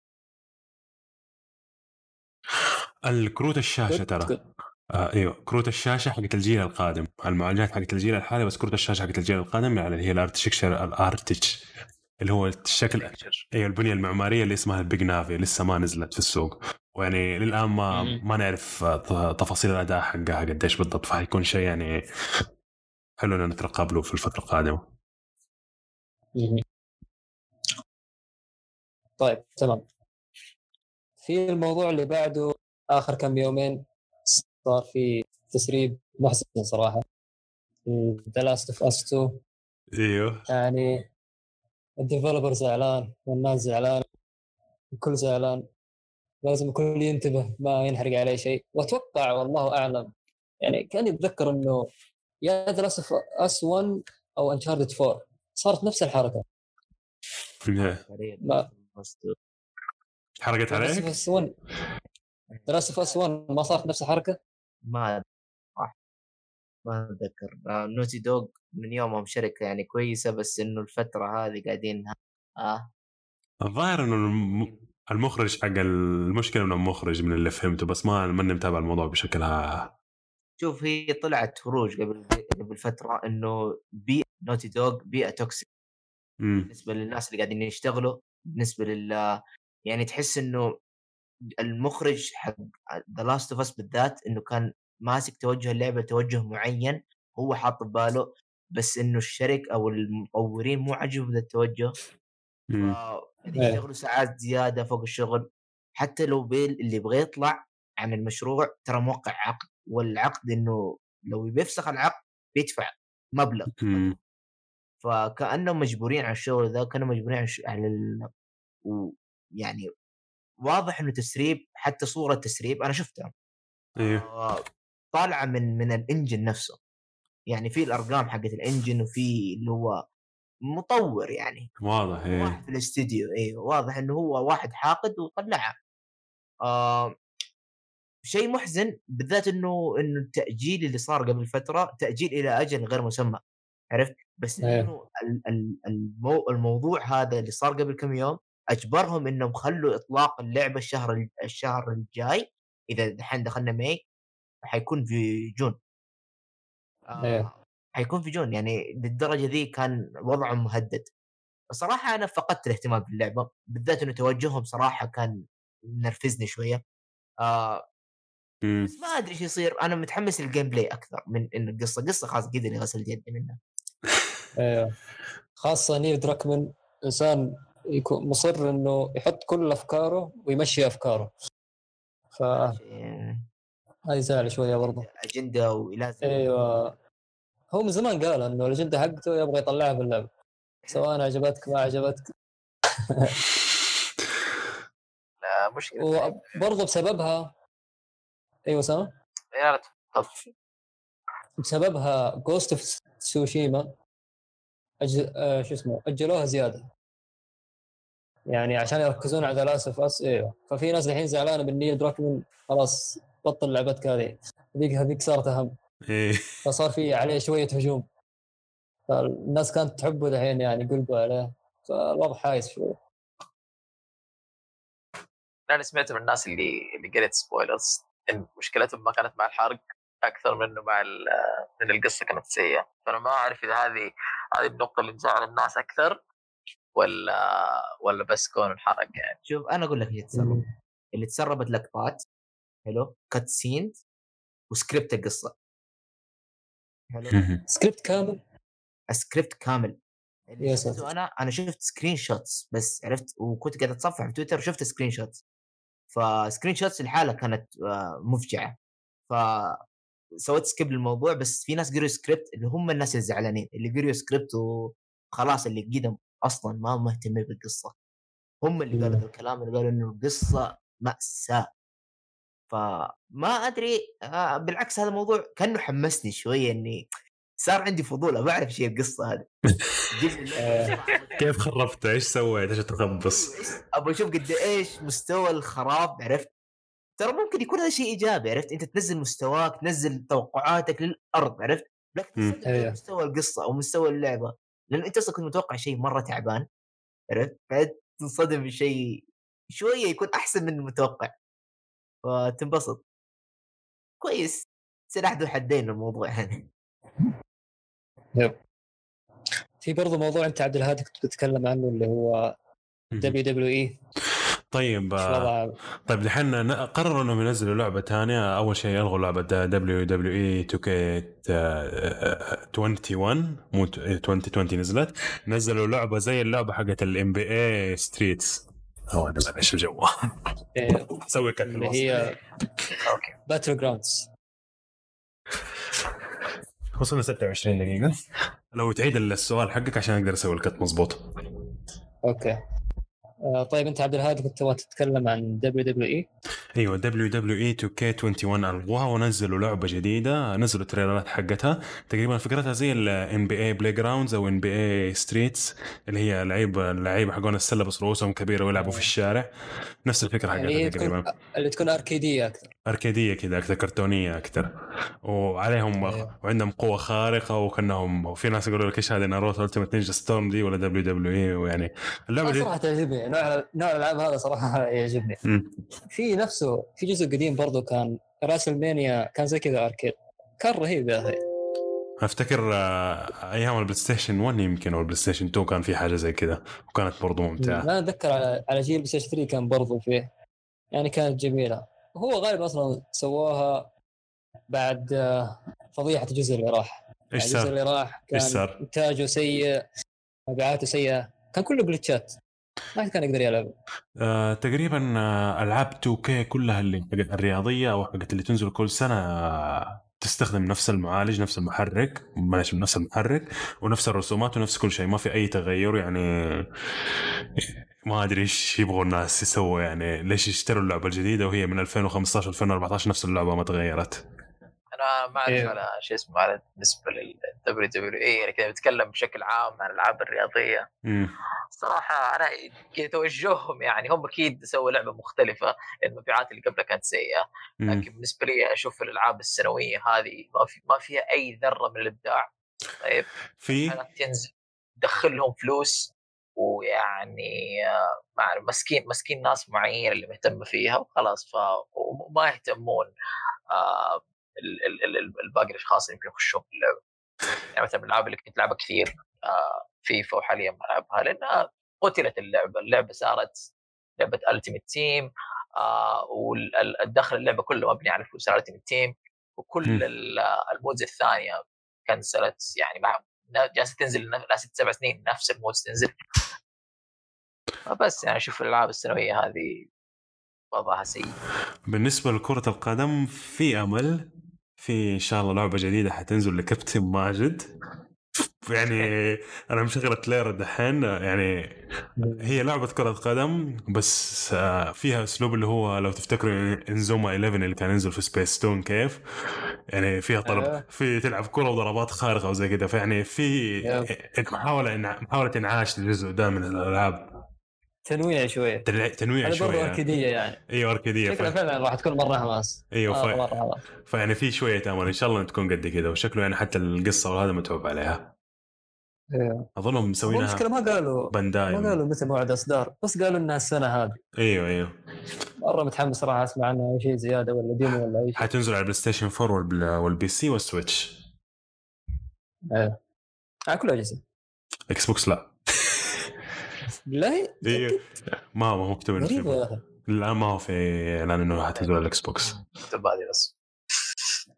الكروت الشاشه ترى آه ايوه كروت الشاشه حقت الجيل القادم، المعالجات حقت الجيل الحالي، بس كروت الشاشه حقت الجيل القادم يعني اللي هي الارتكتشر الارتش اللي هو الشكل ايوه البنيه المعماريه اللي اسمها البيج نافي لسه ما نزلت في السوق، ويعني للان ما ما نعرف تفاصيل الاداء حقها قديش بالضبط، فحيكون شيء يعني حلو ان نترقب له في الفتره القادمه. طيب تمام. في الموضوع اللي بعده اخر كم يومين صار في تسريب محزن صراحه The Last of Us تو. ايوه يعني الديفلوبر زعلان والناس زعلان الكل زعلان، لازم الكل ينتبه ما ينحرق عليه شيء. واتوقع والله اعلم يعني كان يتذكر انه يا The Last of Us ون او Uncharted فور صارت نفس الحركه. ما حرقت عليك The Last of Us ون The Last of Us ون ما صارت نفس الحركه. ما ما اتذكر. نوتي دوغ من يومهم شركه يعني كويسه، بس انه الفتره هذه قاعدين اه الظاهر انه المخرج حق المشكله من المخرج من اللي فهمته، بس ما ماني متابع الموضوع بشكلها. شوف هي طلعت خروج قبل قبل فتره انه بيئه نوتي دوغ بيئه توكسيك بالنسبه للناس اللي قاعدين يشتغلوا، بالنسبه لل يعني تحس انه المخرج حق ذا لاست اوف اس بالذات انه كان ماسك توجه اللعبه توجه معين هو حاط بباله، بس انه الشرك او المطورين مو عاجبهم ذا التوجه، فيشتغلوا ساعات زياده فوق الشغل. حتى لو بيل اللي يبغى يطلع عن المشروع ترى موقع عقد، والعقد انه لو بيفسخ العقد بيدفع مبلغ، فكأنهم مجبورين على الشغل ذا، كانوا مجبورين على ال... ويعني واضح انه تسريب، حتى صورة تسريب انا شفتها آه طالعة من من الانجن نفسه، يعني في الارقام حقت الانجن وفي اللي هو مطور يعني واضح إيه. واحد في الاستديو ايوه واضح انه هو واحد حاقد وطلعها. آه شيء محزن بالذات انه انه التاجيل اللي صار قبل فتره تاجيل الى اجل غير مسمى، عرفت؟ بس انه المو... الموضوع هذا اللي صار قبل كم يوم اجبرهم انهم خلوا اطلاق اللعبه الشهر الشهر الجاي، اذا دحين دخلنا ماي حيكون في جون. آه حيكون في جون، يعني للدرجه ذي كان وضعهم مهدد. بصراحه انا فقدت الاهتمام باللعبه، بالذات انه توجههم صراحه كان نرفزني شويه. آه بس ما ادري ايش يصير، انا متحمس للجيم بلاي اكثر من ان القصه قصه خلاص قدر يغسل يدي منها. ايوه خاصه نيل دراكمان انسان يكون مصر انه يحط كل افكاره ويمشي افكاره، ف هاي زعل شويه برضه اجنده ولازم. ايوه هو من زمان قال انه الاجنده حقته يبغى يطلعها باللعبه سواء عجبتك ما عجبتك. لا مشكله وبرضه بسببها ايوه سامع بسببها جوست اوف تسوشيما أجل... آه شو اسمه اجلوها زياده يعني عشان يركزون على لاست اوف اس. ايوه ففي ناس الحين زعلانه بالنيل دراكمان خلاص بطل لعبتك هذه، هذيك هذيك صارت اهم فصار في عليه شويه هجوم، فالناس كانت تحبه الحين يعني قلبوا عليه، فالوضع حايس شويه. انا سمعت من الناس اللي اللي قريت سبويلرز ان مشكلتهم ما كانت مع الحرق اكثر منه مع من القصه كانت سيئه، فانا ما اعرف اذا هذه هذه النقطه اللي مزعل الناس اكثر ولا ولا بس كون الحرق. يعني شوف انا اقول لك اللي تسرب اللي تسربت لقطات حلو كات سينز وسكريبت القصه حلو سكريبت كامل سكريبت كامل اللي شفته انا انا شفت سكرين شوتس بس، عرفت، وكنت قاعد اتصفح في تويتر شفت سكرين شوتس، فسكرين شوتس الحاله كانت مفجعه، فسويت سكيب للموضوع. بس في ناس قروا سكريبت اللي هم الناس الزعلانين اللي قروا سكريبت وخلاص، اللي قدم اصلا ما مهتمين بالقصه، هم اللي قالوا الكلام، اللي قالوا انه القصه مأساة. فما ادري، آه بالعكس هذا الموضوع كانه حمسني شويه، اني صار عندي فضول ابى اعرف شيء القصه هذه. كيف خربت؟ ايش سويت عشان تخبص؟ ابغى اشوف قد ايش مستوى الخراب، عرفت؟ ترى ممكن يكون هذا شيء ايجابي، عرفت؟ انت تنزل مستواك، تنزل توقعاتك للارض، عرفت؟ لكن مستوى القصه او مستوى اللعبه، لان انت اصلا كنت متوقع شيء مره تعبان، عرفت؟ بعد تنصدم بشيء شويه يكون احسن من المتوقع، فتنبسط. كويس، سلاح ذو حدين الموضوع يعني. يب. في برضو موضوع انت عبد الهادي كنت بتتكلم عنه اللي هو دبليو دبليو اي. طيب آه. طيب الحين قرروا انهم ينزلوا لعبه ثانيه. اول شيء يلغوا لعبه دبليو دبليو اي تو كي واحد وعشرين، مو عشرين عشرين نزلت، نزلوا لعبه زي اللعبه حقت الام بي اي ستريتس. هو انا ايش الجو سوي كت اللي هي اوكي باتل جراوندز. وصلنا ستة وعشرين دقيقه، لو تعيد السؤال حقك عشان اقدر اسوي الكت مزبوط. اوكي آه طيب انت عبد الهادي كنت تبغى تتكلم عن دبليو دبليو اي. ايوه دبليو دبليو اي تو كي واحد وعشرين الغوها ونزلوا لعبه جديده، نزلوا تريلرات حقتها تقريبا فكرتها زي الام بي اي بلاي جراوندز او ان بي اي ستريتس، اللي هي لعيبه اللعيبه حقون السله بس رؤوسهم كبيره ويلعبوا في الشارع. نفس الفكره حقتها يعني تقريبا، اللي تكون اركيديه اكثر، اركيديه كذا اكثر، كرتونيه اكثر، وعليهم أيوه. وعندهم قوه خارقه، وكانهم وفي ناس يقولوا لك ايش هذه ناروتو التيمت نينجا ستورم دي ولا دبليو دبليو اي. ويعني اللعبه صراحه تعجبني نوع نوع الالعاب هذا صراحه يعجبني. م. في نفسه في جزء قديم برضو كان راسلمانيا كان زي كذا اركيد، كان رهيب يا اخي. افتكر ايام البلاي ستيشن واحد يمكن او البلاي ستيشن اثنين كان في حاجه زي كذا وكانت برضو ممتعه. لا اتذكر على على جيل البلاي ستيشن ثلاثة كان برضو فيه، يعني كانت جميله. هو غالبا اصلا سواها بعد فضيحه الجزء اللي راح. ايش الجزء اللي راح كان انتاجه سيء، مبيعاته سيئه، كان كله جلتشات، ما كان يقدر يلعب. آه، تقريبا آه، العاب تو كي كلها اللي الرياضيه او حقت اللي تنزل كل سنه آه، تستخدم نفس المعالج، نفس المحرك، ماشي نفس المحرك ونفس الرسومات ونفس كل شيء، ما في اي تغير. يعني ما ادري ايش يبغوا الناس يسووا، يعني ليش يشتروا اللعبه الجديده وهي من ألفين وخمسة عشر ألفين وأربعة عشر نفس اللعبه ما تغيرت. انا ما اعرف على شيء اسمه على بالنسبه للدبليو دبليو اي، يعني كذا بتكلم بشكل عام عن الالعاب الرياضيه. م. صراحه انا كذا توجههم، يعني هم اكيد سووا لعبه مختلفه، المبيعات اللي قبلها كانت سيئه، لكن بالنسبه لي اشوف الالعاب السنويه هذه ما في ما فيها اي ذره من الابداع. طيب في تنزل تدخلهم فلوس، ويعني ما اعرف مسكين مسكين ناس معينه اللي مهتمه فيها وخلاص، فما يهتمون آه الباقي الاشخاص اللي يمكن يخشون في اللعبه. يعني مثلا الالعاب اللي كنت لعبها كثير آه فيفا وحاليا بلعبها لانها قتلت اللعبه اللعبه صارت لعبه التيمت تيم، آه والدخل اللعبه كله مبني على فلوس التيمت تيم، وكل المودز الثانيه كنسلت، يعني مع جالسه تنزل لا ست سبع سنين نفس المودز تنزل. بس يعني اشوف الالعاب السنويه هذه وضعها سيء. بالنسبه لكره القدم في امل، في ان شاء الله لعبه جديده حتنزل لكابتن ماجد. يعني انا مشغل التريلر دحين، يعني هي لعبه كره قدم بس فيها اسلوب اللي هو لو تفتكروا انزوما إحدى عشر اللي كان ينزل في سبيس تون كيف، يعني فيها طلب في تلعب كره وضربات خارقه وزي كده. فيعني في محاوله محاوله انعاش الجزء ده من الالعاب، تنويع شويه تنويع شويه برضه اركيديه، يعني ايوه اركيديه شكلها فعلا راح تكون مره حماس. ايوه آه ف... مرة حماس. فيعني في شويه امل ان شاء الله تكون قد كده، وشكله يعني حتى القصه وهذا متعوب عليها. ايوه اظنهم مسوينها. المشكله ما قالوا بنداي ما قالوا متى موعد اصدار، بس قالوا انها السنه هذه. ايوه ايوه مره متحمس صراحه اسمع عنها شيء زياده ولا ديمو ولا اي شيء. حتنزل على البلاي ستيشن أربعة والبي سي والسويتش. ايوه على كل اجهزه. اكس بوكس لا. بالله ايوه ما هو مكتوب غريبة. لا ما هو في اعلان انه حتنزل على الاكس بوكس. تبادي بس.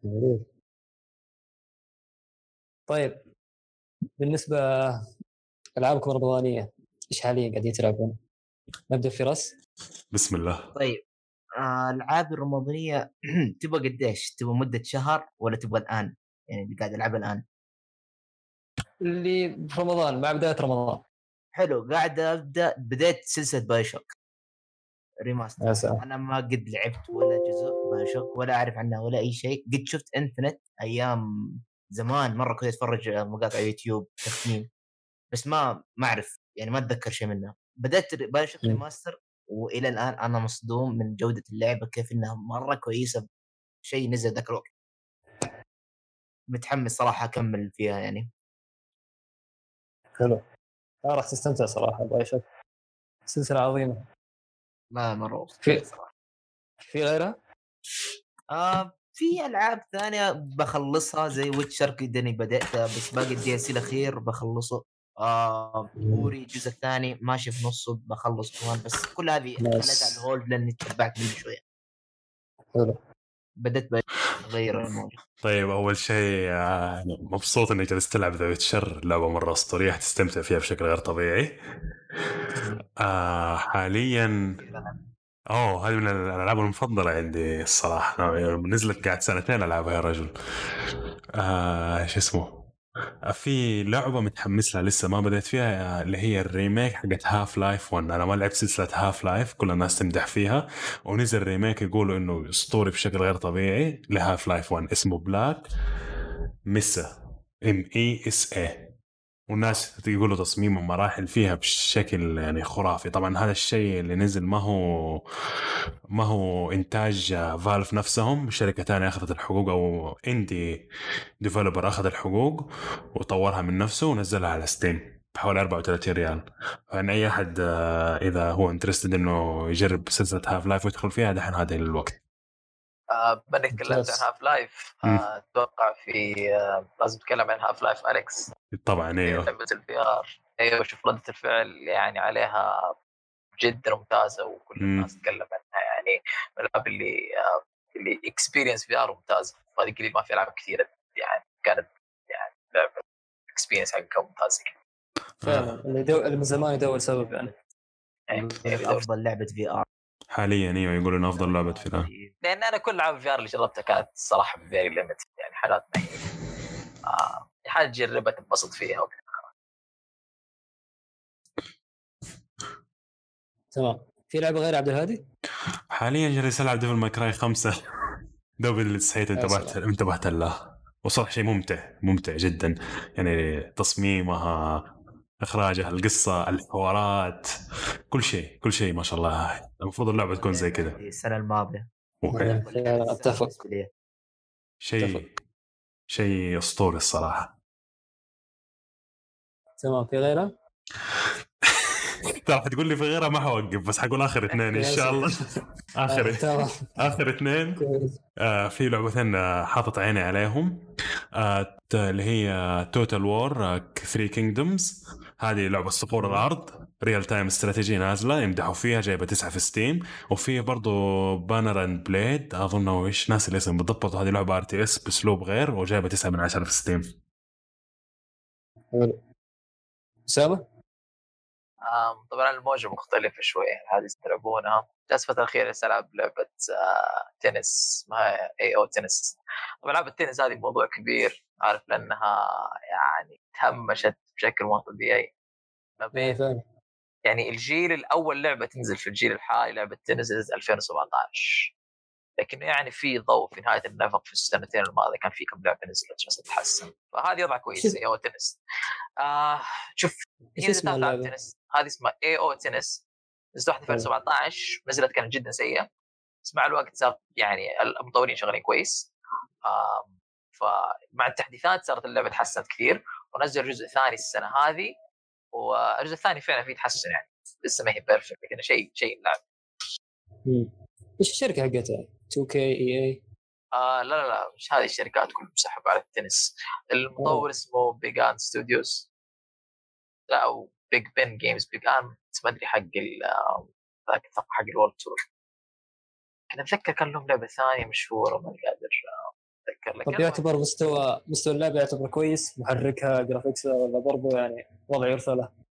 طيب بالنسبه العابكم الرمضانيه ايش حاليا قاعدين تلعبون؟ نبدا في راس. بسم الله. طيب آه، العاب الرمضانيه تبغى قديش؟ تبغى مده شهر ولا تبغى الان؟ يعني اللي قاعد العبها الان اللي في رمضان مع بدايه رمضان. حلو. قاعد ابدا بدايه سلسله باي شوك ريماستر. يا سلام. انا ما قد لعبت ولا جزء باي شوك ولا اعرف عنها ولا اي شيء. قد شفت انفنت ايام زمان مره، كنت اتفرج مقاطع يوتيوب تخمين، بس ما ما اعرف يعني، ما اتذكر شيء منها. بدات باي شوك م. ريماستر والى الان انا مصدوم من جوده اللعبه، كيف انها مره كويسه. شيء نزل ذاك الوقت، متحمس صراحه اكمل فيها يعني. حلو. آه راح تستمتع صراحه باي شك، سلسله عظيمه. ما مره في صراحه. في غيرها؟ آه في العاب ثانيه بخلصها زي ويتشر كده، اني بداتها بس باقي الدي اس الاخير بخلصه. آه اوري الجزء الثاني ماشي في نصه بخلص كمان، بس كل هذه خليتها على الهولد لاني تبعت منه شويه. حلو. بدأت بغير الموجة. طيب اول شيء يعني مبسوط انك جالس تلعب ذا ويتشر، لعبه مره اسطوريه حتستمتع فيها بشكل غير طبيعي. آه حاليا اوه هذه من الالعاب المفضله عندي الصراحه، نزلت قاعد سنتين العبها يا رجل. آه شو اسمه، في لعبه متحمس لها لسه ما بدأت فيها، اللي هي الريميك حقت هاف لايف واحد. انا ما لعبت سلسله هاف لايف، كل الناس تمدح فيها، ونزل ريميك يقولوا انه اسطوري بشكل غير طبيعي لهاف لايف واحد اسمه بلاك ميسا ام اي اس اي، والناس يقولوا تصميم ومراحل فيها بشكل يعني خرافي. طبعا هذا الشيء اللي نزل ما هو ما هو انتاج فالف نفسهم، شركة تانية اخذت الحقوق او اندي ديفلوبر اخذ الحقوق وطورها من نفسه ونزلها على ستيم بحوالي أربعة وثلاثين ريال. يعني اي احد اذا هو انترستد انه يجرب سلسلة هاف لايف ويدخل فيها دحين هذا الوقت. آه بدك تكلمت عن هاف لايف، اتوقع في آه لازم تتكلم عن هاف لايف أليكس. طبعا ايوه لعبة الفي ار، ايوه شوف ردة الفعل يعني عليها جدا ممتازة وكل الناس تتكلم عنها. يعني من الالعاب اللي آه اللي اكسبيرينس في ار ممتازة، وهذه قليل ما في العاب كثيرة يعني كانت يعني لعبة اكسبيرينس حقها ممتازة فعلا. اللي دو... اللي من زمان يدور سبب يعني. يعني افضل لعبة في ار حاليا. ايوه يقولوا انه افضل لعبة في الار، لان انا كل لعبة في ار اللي جربتها كانت الصراحة فيري ليميتد، يعني حالات ما هي آه حاجة تجربها تنبسط فيها وكذا. تمام. في لعبة غير عبد الهادي؟ حاليا جالس العب ديفل ماي كراي خمسة، دوب اللي صحيت انتبهت انتبهت له، وصراحة شيء ممتع ممتع جدا. يعني تصميمها، اخراجها، القصة، الحوارات، كل شيء كل شيء ما شاء الله. المفروض اللعبة تكون زي كذا. السنة الماضية اتفق. شيء شيء اسطوري الصراحة. تمام. في غيرها؟ راح تقول لي في غيرها ما حوقف، بس حقول اخر اثنين ان شاء الله. اخر اخر اثنين آه في لعبتين آه حاطط عيني عليهم، آه اللي هي توتال وور ثري كينجدومز. هذه لعبه صقور الارض ريال تايم استراتيجي نازله، يمدحوا فيها، جايبه تسعة في ستيم. وفي برضو بانر اند بليد، اظن ايش ناس الاسم بالضبط، هذه لعبه ار تي اس باسلوب غير وجايبه تسعة من عشرة في ستيم. سامة؟ آم طبعا الموجة مختلفة شوية، هذه تلعبونها. جالس فترة الأخيرة ألعب لعبة آه تنس اسمها اي او تنس. طبعا لعبة التنس هذه موضوع كبير، عارف، لأنها يعني تهمشت بشكل مو طبيعي ما بين يعني الجيل الأول لعبة تنزل في الجيل الحالي لعبة تنس ألفين وسبعة عشر، لكن يعني في ضوء في نهاية النفق في السنتين الماضية كان في كم لعبة نزلت بس تتحسن، فهذه وضع كويس. اي او تنس آه شوف هي اسمها لعبة تنس، هذه اسمها اي او تنس، نزلت ألفين وسبعة عشر، نزلت كانت جدا سيئة، بس مع الوقت صار يعني المطورين شغالين كويس. آه فمع التحديثات صارت اللعبة تحسنت كثير، ونزل جزء ثاني السنة هذه، والجزء الثاني فعلا فيه تحسن، يعني لسه ما هي بيرفكت لكن شيء شيء لعب. ايش الشركة حقتها؟ تو كي اي اي؟ آه لا لا لا مش هذه الشركات كلهم مسحب على التنس. المطور اسمه بيجان ستوديوز، لا او بيج بن جيمز. بيجان ما ادري حق ذاك الثقة حق الورد تور، كنا اتذكر كان لهم لعبة ثانية مشهورة ما قادر اتذكر. لكن طب يعتبر مستوى مستوى اللعبة يعتبر كويس، محركها جرافيكسها، ولا برضو يعني وضع يرثى له؟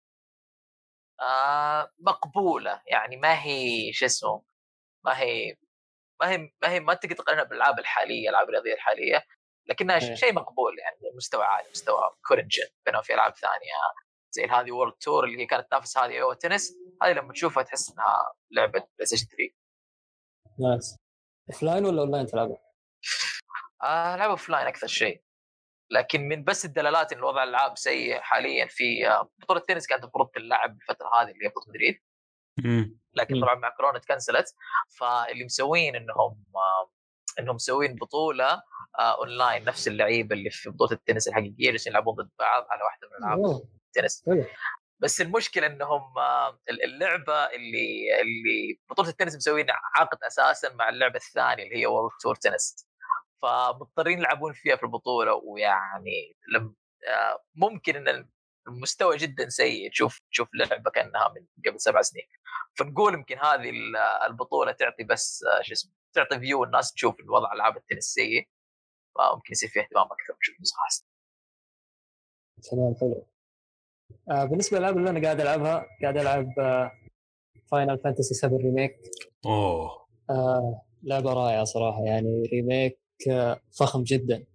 آه مقبوله يعني، ما هي شو اسمه ما هي ما هي ما هي ما تقدر تقارنها بالالعاب الحاليه، الالعاب الرياضيه الحاليه، لكنها إيه. شيء مقبول يعني، مستوى عالي، مستوى كورنجن. بينما في العاب ثانيه زي هذه وورلد تور اللي هي كانت تنافس هذه ايوه تنس، هذه لما تشوفها تحس انها لعبه بلاي ستيشن ثري. نايس. اوفلاين ولا اونلاين تلعبها؟ آه لعبه اوفلاين اكثر شيء، لكن من بس الدلالات ان وضع الالعاب سيء حاليا. في آه، بطوله التنس كانت المفروض تلعب الفتره هذه اللي هي بطوله مدريد، لكن طبعا مع كورونا تكنسلت. فاللي مسوين انهم آه انهم مسوين بطوله آه اونلاين، نفس اللعيبه اللي في بطوله التنس الحقيقيه اللي يلعبون ضد بعض على واحده من العاب التنس. بس المشكله انهم آه اللعبه اللي اللي بطوله التنس مسوين عقد اساسا مع اللعبه الثانيه اللي هي وورلد تور تنس، فمضطرين يلعبون فيها في البطوله. ويعني لم آه ممكن ان المستوى جدا سيء، تشوف تشوف لعبه كانها من قبل سبع سنين. فنقول يمكن هذه البطوله تعطي بس آه شو اسمه تعطي فيو الناس تشوف الوضع العاب التنس سيء، فممكن يصير فيه اهتمام اكثر نشوف نسخه. تمام حلو. آه بالنسبه للالعاب اللي انا قاعد العبها، قاعد العب فاينل فانتسي سفن ريميك. اوه آه لعبه رائعه صراحه، يعني ريميك آه فخم جدا.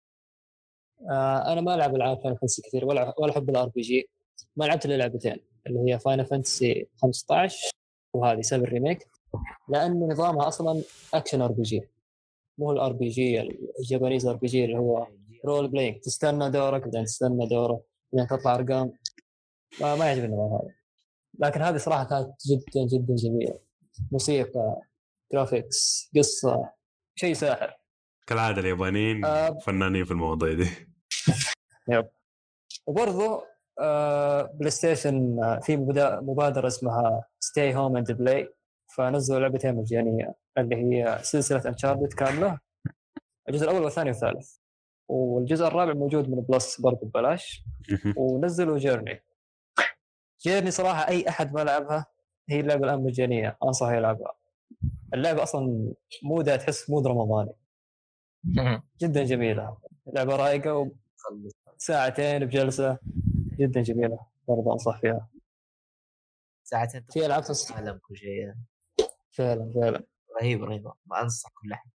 آه انا ما العب العاب فاينل فانتسي كثير، ولا ولا احب الار بي جي. ما لعبت الا لعبتين اللي هي فاينل فانتسي خمسة عشر وهذه سفن ريميك، لأن نظامها أصلاً أكشن ار بي جي، مو الار بي جي اليابانيز ار بي جي اللي هو رول بلاينج، تستنى دورك بعدين تستنى دورك بعدين تطلع أرقام. ما, ما يعجبني النظام هذا. لكن هذه صراحة كانت جدا جدا جميلة، موسيقى، جرافيكس، قصة، شيء ساحر كالعادة. اليابانيين آه فنانين في المواضيع دي. يب. وبرضو آه بلاي ستيشن آه في مبادرة اسمها Stay Home and Play، فنزلوا لعبتين مجانية اللي هي سلسلة أنشارتد كاملة، الجزء الأول والثاني والثالث، والجزء الرابع موجود من بلس برضو ببلاش. ونزلوا جيرني. جيرني صراحة أي أحد ما لعبها، هي اللعبة الآن مجانية، أنصح يلعبها. اللعبة أصلا مودها تحس مود رمضاني، جدا جميلة، لعبة رايقة وساعتين بجلسة، جدا جميلة، برضو أنصح فيها. ساعتين في ألعاب تص... عالم كل شيء فعلا فعلا رهيب رهيب، ما أنصح كل أحد.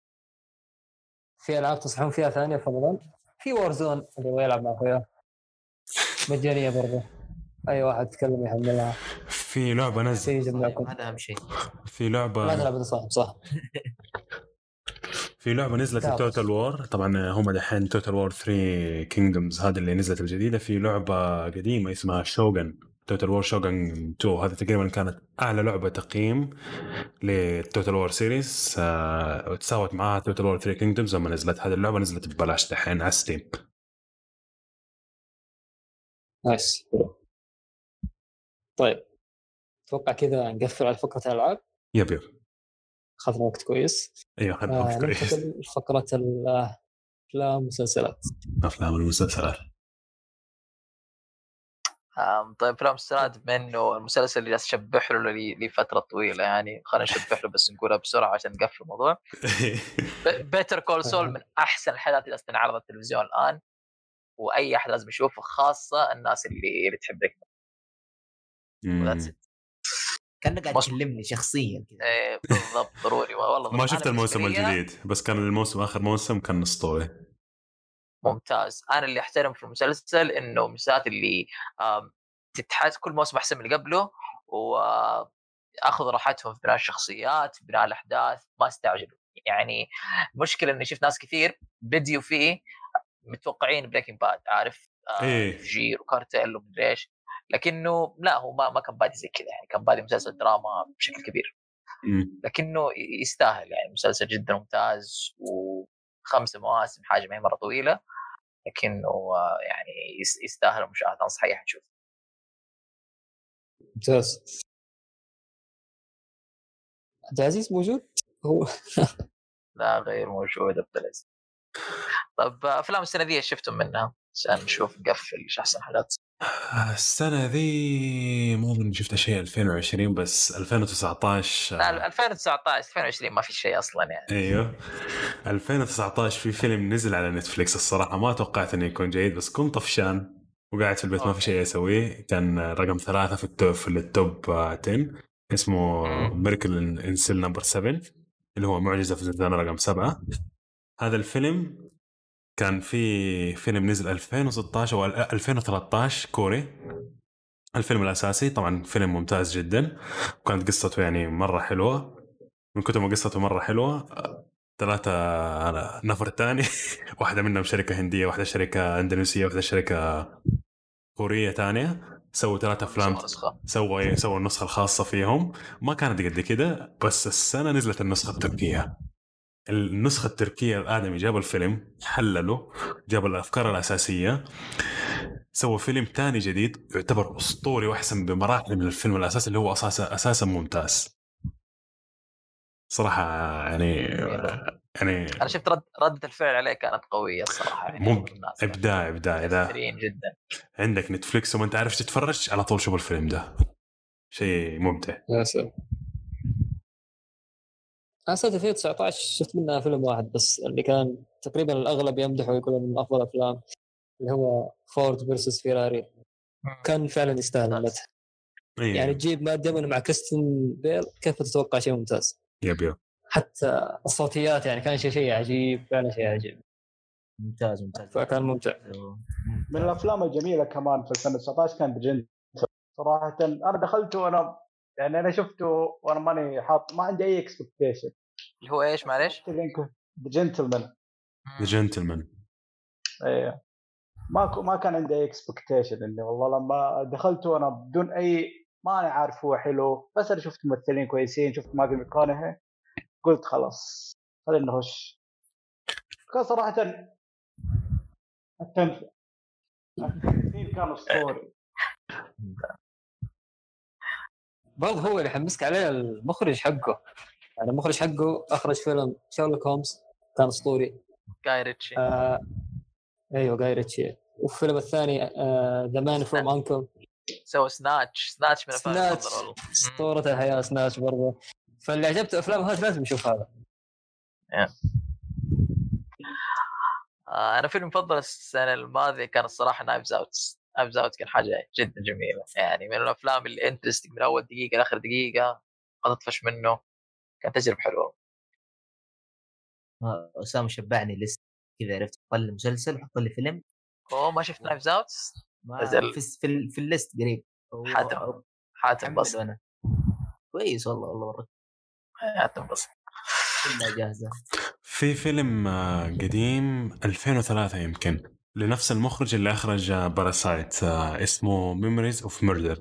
في ألعاب تصحون فيها ثانية في رمضان، في وارزون اللي هو يلعب مع أخوياه مجانية برضو، أي واحد يتكلم يحملها. في لعبة نزل هذا أهم شيء. في لعبة ما تلعب صح صح في لعبة نزلت التوتال وور، طبعا هم دحين توتال وور ثري كينجدومز هذه اللي نزلت الجديدة. في لعبة قديمة اسمها شوغن، توتال وور شوغن تو، هذا تقريبا كانت أعلى لعبة تقييم للتوتال وور سيريز، آه، وتساوت معها توتال وور ثري كينجدومز لما نزلت. هذه اللعبة نزلت ببلاش دحين على ستيم. نايس. طيب اتوقع كذا نقفل على فقرة الألعاب. يب يب أخذنا وقت كويس. ايوه أخذنا وقت آه كويس. فقرة الأفلام والمسلسلات. أفلام والمسلسلات. آم طيب فيلم مسلسلات، بما انه المسلسل اللي جالس اشبح له لفتره طويله يعني، خلينا نشبح له بس نقولها بسرعه عشان نقفل الموضوع. بيتر كول سول من احسن الحلقات اللي تنعرض على التلفزيون الان، واي احد لازم يشوفه، خاصه الناس اللي اللي تحب ريكمان. كان قاعد يكلمني شخصيا كذا. ايه بالضبط، ضروري والله. ما شفت الموسم الجديد، بس كان الموسم اخر موسم كان اسطوري ممتاز. انا اللي احترم في المسلسل انه المسلسلات اللي تتحدث كل موسم احسن من اللي قبله، واخذ راحتهم في بناء الشخصيات، في بناء الاحداث، ما استعجلوا. يعني المشكله اني شفت ناس كثير بديوا فيه متوقعين بريكنج باد، عارف آه إيه. فجير وكارتيل ومدري ايش، لكنه لا، هو ما, ما كان بادي زي كذا يعني، كان بادي مسلسل دراما بشكل كبير. م. لكنه يستاهل يعني، مسلسل جدا ممتاز، وخمس مواسم حاجه ما هي مره طويله، لكنه يعني يستاهل المشاهده. انصح اي احد يشوفه. ممتاز. عبد العزيز موجود؟ هو لا غير موجود عبد العزيز. طب افلام السنه دي شفتم منها عشان نشوف نقفل ايش احسن حاجات السنه ذي؟ ما اظن شفت شيء ألفين وعشرين، بس ألفين وتسعة عشر. لا ألفين وتسعة عشر ألفين وعشرين ما في شيء اصلا يعني. ايوه ألفين وتسعة عشر في فيلم نزل على نتفليكس، الصراحه ما توقعت انه يكون جيد، بس كنت طفشان وقاعد في البيت ما في شيء يسويه. كان رقم ثلاثة في التوب في التوب عشرة، اسمه ميركل إن سيل نمبر سبعة، اللي هو معجزة في زنزانة رقم سبعة. هذا الفيلم كان في فيلم نزل ألفين وستة عشر أو ألفين وثلاثة عشر كوري. الفيلم الأساسي طبعا فيلم ممتاز جدا، وكانت قصته يعني مرة حلوة. من كتب ما قصته مرة حلوة. ثلاثة نفر تاني واحدة منهم شركة هندية، واحدة شركة اندونيسية، واحدة شركة كورية تانية، سووا ثلاثة أفلام. سووا سووا النسخة الخاصة فيهم. ما كانت قد كده، بس السنة نزلت النسخة التركية. النسخة التركية الآدمي جابوا الفيلم، حللوا، جابوا الأفكار الأساسية، سووا فيلم تاني جديد يعتبر أسطوري وأحسن بمراحل من الفيلم الأساسي اللي هو أساسا أساسا ممتاز صراحة. يعني يعني أنا شفت رد ردة الفعل عليه كانت قوية الصراحة يعني. مم... إبداع إبداع إذا جدا. عندك نتفليكس وما أنت عارف تتفرج على طول، شوف الفيلم ده، شيء ممتع. يا سلام. أنا سنة ألفين وتسعة عشر شفت منها فيلم واحد بس، اللي كان تقريبا الأغلب يمدحه ويقولون من أفضل أفلام، اللي هو فورد فيرسس فيراري. كان فعلا يستاهل المدح. أيه. يعني تجيب مات ديمون مع كريستين بيل، كيف تتوقع شيء ممتاز؟ يب يب. حتى الصوتيات يعني كان شيء شيء عجيب، فعلا شيء عجيب. ممتاز ممتاز. فكان ممتع. من الأفلام الجميلة كمان في ألفين وتسعة عشر كان بجنت صراحة. أنا دخلته وأنا يعني أنا شفته وأنا ماني حاط، ما عندي أي إكسبكتيشن. اللي هو إيش معلش؟ جنتلمان. جنتلمان. إيه. ما ما كان عندي أي إكسبكتيشن، إني والله لما دخلته أنا بدون أي، ما أنا عارف هو حلو، بس أنا شفت ممثلين كويسين، شفت ماجل ميكونهي، قلت خلاص خلينا نخش. كان صراحة التمثيل التمثيل كان أسطوري. برضه هو اللي حمسك عليه المخرج حقه، يعني المخرج حقه أخرج فيلم شارلوك هومز كان أسطوري. جاي ريتشي. آه أيوه جاي ريتشي. والفيلم الثاني ذا مان فروم أنكل، سوى سناتش. سناتش من الأفلام المفضلة والله. أسطورة الحياة سناتش برضه. فاللي عجبته أفلام هذا لازم يشوف هذا. آه أنا فيلم مفضل السنة الماضية كان الصراحة نايفز أوت. نايفز أوت كان حاجة جدا جميلة، يعني من الأفلام اللي انترستنج من أول دقيقة لآخر دقيقة ما تطفش منه. كان تجربة حلوة. آه أسامة شبعني لسه كذا، عرفت حط لي مسلسل حط لي فيلم. أوه ما شفت نايفز أوت؟ في في, في الليست قريب. حاتم حاتم بس أنا كويس والله والله مرة حاتم بس كلها جاهزة. في فيلم قديم ألفين وثلاثة يمكن لنفس المخرج اللي أخرج باراسايت، اسمه ميموريز أوف ميردر.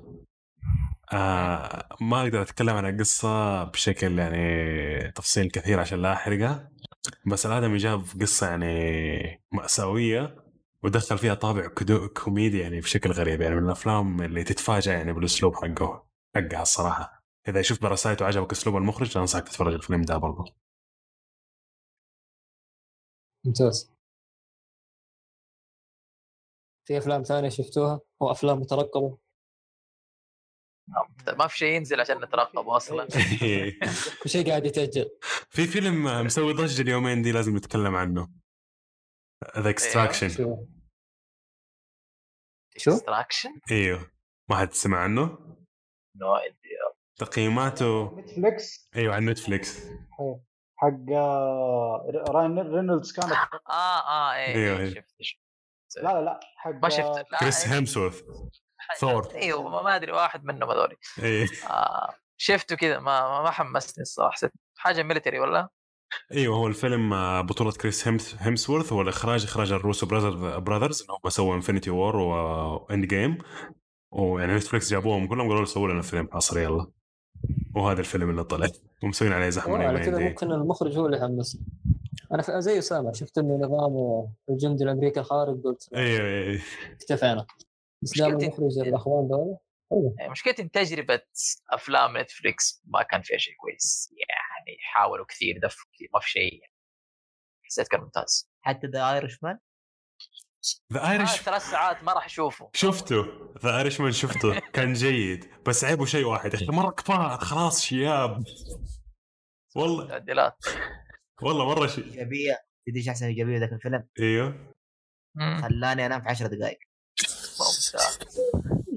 ما أقدر أتكلم عن القصة بشكل يعني تفصيل كثير عشان لا أحرقها، بس الآدمي جاب قصة يعني مأساوية ودخل فيها طابع كوميدي يعني بشكل غريب، يعني من الأفلام اللي تتفاجأ يعني بالأسلوب حقه حقها الصراحة. إذا شفت باراسايت وعجبك أسلوب المخرج أنصحك تتفرج الفيلم ده برضه. ممتاز. في أفلام ثانية شفتوها أو أفلام مترقبة؟ ما في شيء ينزل عشان نترقبه أصلا. كل شيء قاعد يتأجل. في فيلم مسوي ضجة اليومين دي لازم نتكلم عنه، The Extraction. شو؟ شو؟ Extraction؟ ايوه ما حد سمع عنه؟ no idea. تقييماته نتفليكس. ايوه على نتفليكس حق راين رينولدز كانت اه اه ايه, أيوة. إيه شفت شفت لا لا لا حق ما شفت. كريس هيمسورث ثور. ايوه ما ادري واحد منهم هذول. ايه آه شفته كذا ما ما حمسني الصراحه. حاجه ميليتري ولا؟ ايوه هو الفيلم بطولة كريس هيمسورث، والاخراج اخراج الروسو براذرز اللي هم سووا انفينيتي وور واند جيم، ويعني نتفليكس جابوهم كلهم قالوا سووا لنا فيلم حصري يلا، وهذا الفيلم اللي طلع ومسوين عليه زحمه. على كذا ممكن المخرج هو اللي حمسني. انا زي اسامه شفت انه نظام الجندي الامريكي الخارق قلت ايوه ايوه اكتفينا. بس دام المخرج الاخوان دول مشكلة تجربة افلام نتفليكس ما كان فيها شيء كويس، يعني حاولوا كثير دف ما في شيء، حسيت كان ممتاز. حتى ذا ايرش مان ذا ايرش ثلاث ساعات ما راح اشوفه. شفته ذا ايرش مان شفته كان جيد، بس عيبه شيء واحد يا اخي مره كفار خلاص شياب والله تعديلات والله مره شيء ايجابيه. تدري ايش احسن ايجابيه ذاك الفيلم؟ ايوه خلاني انام في عشر دقائق.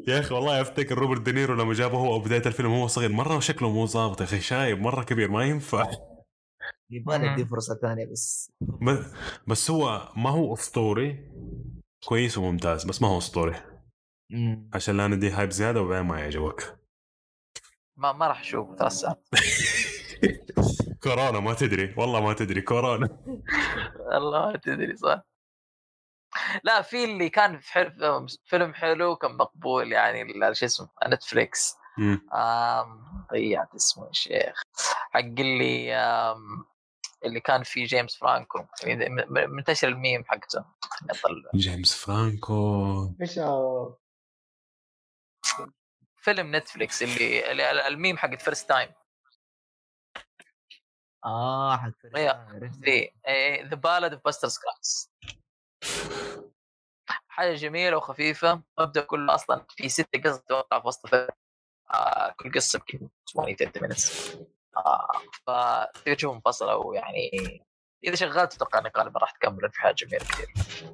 يا اخي والله افتكر روبرت دينيرو لما جابه هو بدايه الفيلم هو صغير مره وشكله مو ظابط يا اخي شايب مره كبير ما ينفع. يبغى ندي فرصه ثانيه بس بس هو ما هو اسطوري كويس وممتاز بس ما هو اسطوري مم. عشان لا ندي هايب زياده وبعدين ما يعجبك. ما ما راح اشوف ثلاث ساعات. كورونا ما تدري والله ما تدري كورونا. الله تدري صح. لا في اللي كان في حلو فيلم حلو كان مقبول يعني شو اسمه نتفليكس آم ضيعت اسمه يا شيخ حق اللي آم اللي كان فيه جيمس فرانكو منتشر الميم حقته. جيمس فرانكو ايش فيلم نتفليكس اللي, اللي الميم حق فيرست تايم. اه حق فيرست تايم ايه ذا بالاد اوف باستر سكراتس. حاجه جميله وخفيفه مبدا كله اصلا في ستة قصص توقع في وسط الفيلم آه كل قصه يمكن عشرين ثلاثين مينتس آه فتقدر تشوف منفصله ويعني اذا شغلت اتوقع انك غالبا راح تكمل في حاجه جميله كثير.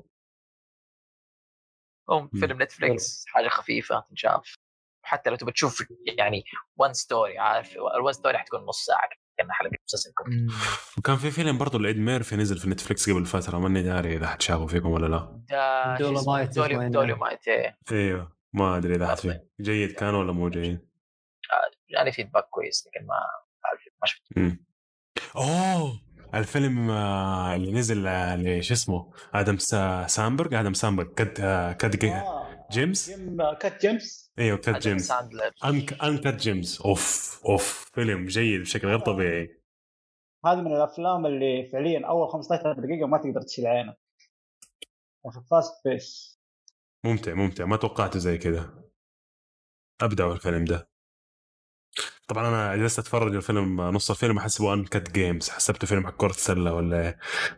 هم فيلم نتفليكس حاجه خفيفه تنشاف حتى لو تبي تشوف يعني وان ستوري عارف الوان ستوري حتكون نص ساعه كأنها حلقه مسلسل كوميدي. وكان في فيلم برضو العيد ميرفي نزل في نتفليكس قبل فتره ماني داري اذا حد شافه فيكم ولا لا. دولومايت دولي دولومايت ايوه ما ادري اذا حد فيه جيد كان ولا مو جيد يعني فيدباك كويس لكن ما اعرف ما شفت. اوه الفيلم اللي نزل ليش اسمه ادم سامبرغ ادم سامبرغ كد كد آه. جيمس كات جيمس ايوه كات جيمس انك انكت جيمس اوف اوف فيلم جيد بشكل غير طبيعي. هذه من الافلام اللي فعليا اول خمسة عشر دقيقه ما تقدر تشيل عينك في فاست بيس. ممتع ممتع ما توقعته زي كذا ابدع الفيلم ده. طبعا انا جلست اتفرج الفيلم نص الفيلم احسبه انكت جيمز حسبته فيلم حق كرة السله ولا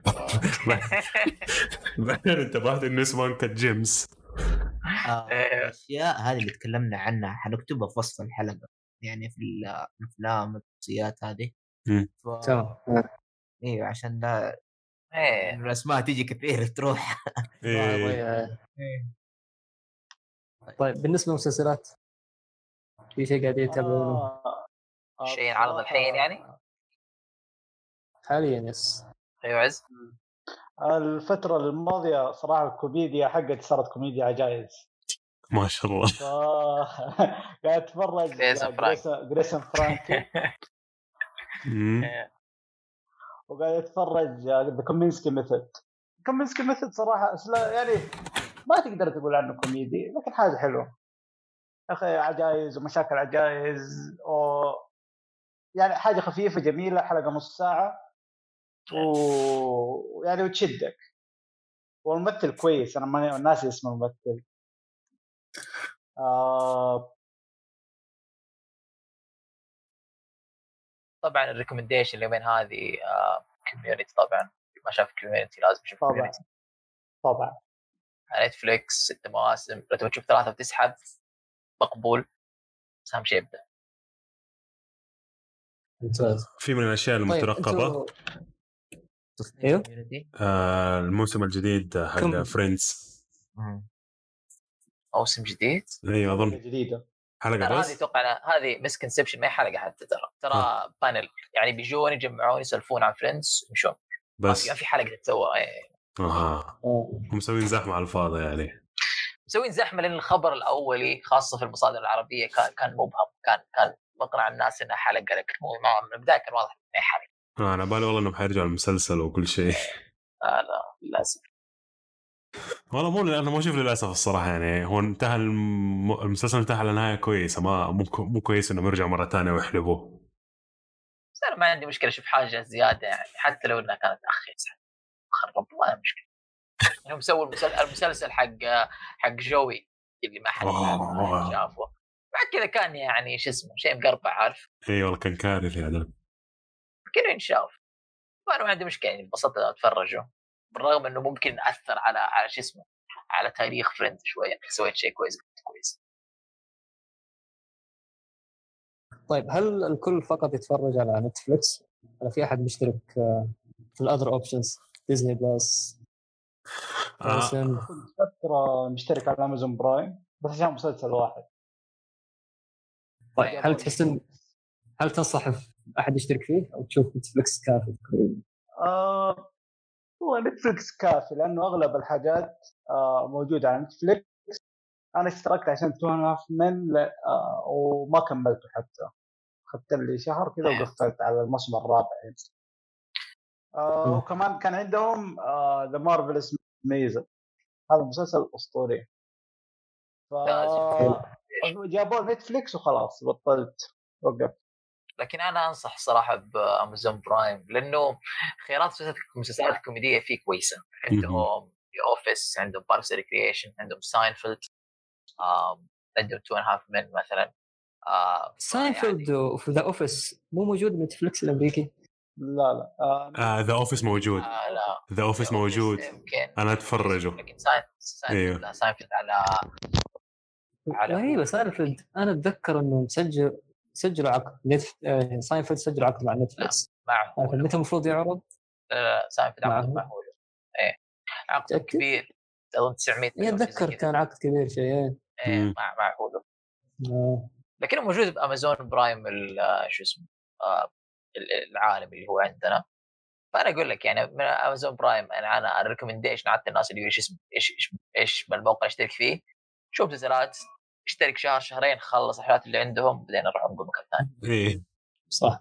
بعدين انتبهت انه اسمه انكت جيمز. الاشياء هذه اللي تكلمنا عنها حنكتبها في وصف الحلقه يعني في الافلام الشخصيات هذه تمام ف... ايوه عشان لا ايه الاسماء تيجي كثير تروح. إيه. طيب بالنسبه للمسلسلات في شيء قاعدين يتابعونه آه. آه. شيء عرض الحين يعني حاليا يس. ايوه عز الفتره الماضيه صراحه الكوميديا حقت صارت كوميديا عجائز ما شاء الله. قاعد اتفرج جريسون فرانكي وقاعد اتفرج ذا كومينسكي ميثود. كومينسكي ميثود صراحه يعني ما تقدر تقول عنه كوميدي لكن حاجه حلوه اخي عجائز ومشاكل عجائز و يعني حاجه خفيفه جميله حلقه نص ساعه ويعني وتشدك والممثل كويس. انا ما ناسي اسم الممثل آه... طبعا الريكومنديشن اليومين هذه كوميونيتي آه طبعا ما شاف كوميونيتي لازم يشوف كوميونيتي طبعا على نتفليكس ست مواسم لو تبغى تشوف ثلاثة وتسحب مقبول بس اهم شيء ابدا. ممتاز. في من الاشياء المترقبه ايوه آه الموسم الجديد حق فريندز موسم جديد ايوه اظن جديده حلقه بس هذه اتوقع هذه مسكنسبشن ما هي حلقه حتى ترى ترى ها. بانل يعني بيجون يجمعون يسولفون عن فريندز ويمشون بس ما في حلقه تتسوى ايه اها هم مسوين زحمه على الفاضي يعني مسوين زحمه لان الخبر الاولي خاصه في المصادر العربيه كان كان مبهم كان كان مقنع الناس انها حلقه لكن مو من البدايه كان واضح انها حلقه. آه انا بالي والله انهم حيرجعوا المسلسل وكل شيء. آه لا للاسف والله مو انا مو اشوف للاسف الصراحه يعني هو انتهى الم... المسلسل انتهى على نهايه كويسه ما مو مو كويس انهم يرجعوا مره ثانيه ويحلبوه. بس انا ما عندي مشكله اشوف حاجه زياده يعني حتى لو انها كانت اخيس خرب الله مشكله. انهم سووا المسلسل المسلسل حق حق جوي اللي ما حد شافه بعد كذا كان يعني ايش اسمه شيء مقربع عارف. اي والله كان كارثي هذا كذا نشاف وانا ما عندي مشكله يعني انبسطت اتفرجه بالرغم انه ممكن اثر على على شو اسمه على تاريخ فريندز شويه سويت شيء كويس كويس. طيب هل الكل فقط يتفرج على نتفليكس ولا في احد مشترك في الاذر اوبشنز ديزني بلس؟ كنت فتره مشترك على امازون برايم بس عشان مسلسل واحد. طيب هل تحس إن هل تنصح أحد يشترك فيه أو تشوف نتفليكس كافي تقريبا؟ آه هو نتفليكس كافي لأنه أغلب الحاجات آه موجودة على نتفليكس. أنا اشتركت عشان تو هاف من آه وما كملته حتى، أخذت لي شهر كذا وقفلت على الموسم الرابع. آه وكمان كان عندهم ذا مارفلس ميزة، هذا مسلسل أسطوري، ف جابوا نتفليكس وخلاص بطلت وقفت. لكن انا انصح صراحه بامازون برايم لانه خيارات المسلسلات الكوميديه فيه كويسه. عندهم ذا اوفيس، عندهم باركس ريكريشن، عندهم ساينفيلد، آم، عندهم تو اند هاف من مثلا. آه ساينفيلد يعني وفي ذا اوفيس مو موجود بنتفليكس الامريكي؟ لا لا آه ذا اوفيس موجود. آه لا ذا اوفيس موجود، انا اتفرجه. لكن ساينفيلد لا، ساينفيلد على على اي بس ساينفيلد انا اتذكر انه مسجل سجلوا عقد نت آه ساينفيلد سجلوا عقد مع نتفليكس. معه متى المفروض يعرض؟ لا ساينفيلد عقد معه ايه عقد كبير اظن تسعمية مليون. اتذكر كان عقد كبير شيء ايه مع مع هولو آه. لكنه موجود بامازون برايم شو اسمه آه العالم اللي هو عندنا. فانا اقول لك يعني من امازون برايم انا انا الريكومنديشن حتى الناس اللي ايش اسم ايش ايش ايش بالموقع اشترك فيه، شوف مسلسلات، اشترك شهر شهرين خلص الحلقات اللي عندهم بعدين نروح نقول مكان ثاني. ايه صح.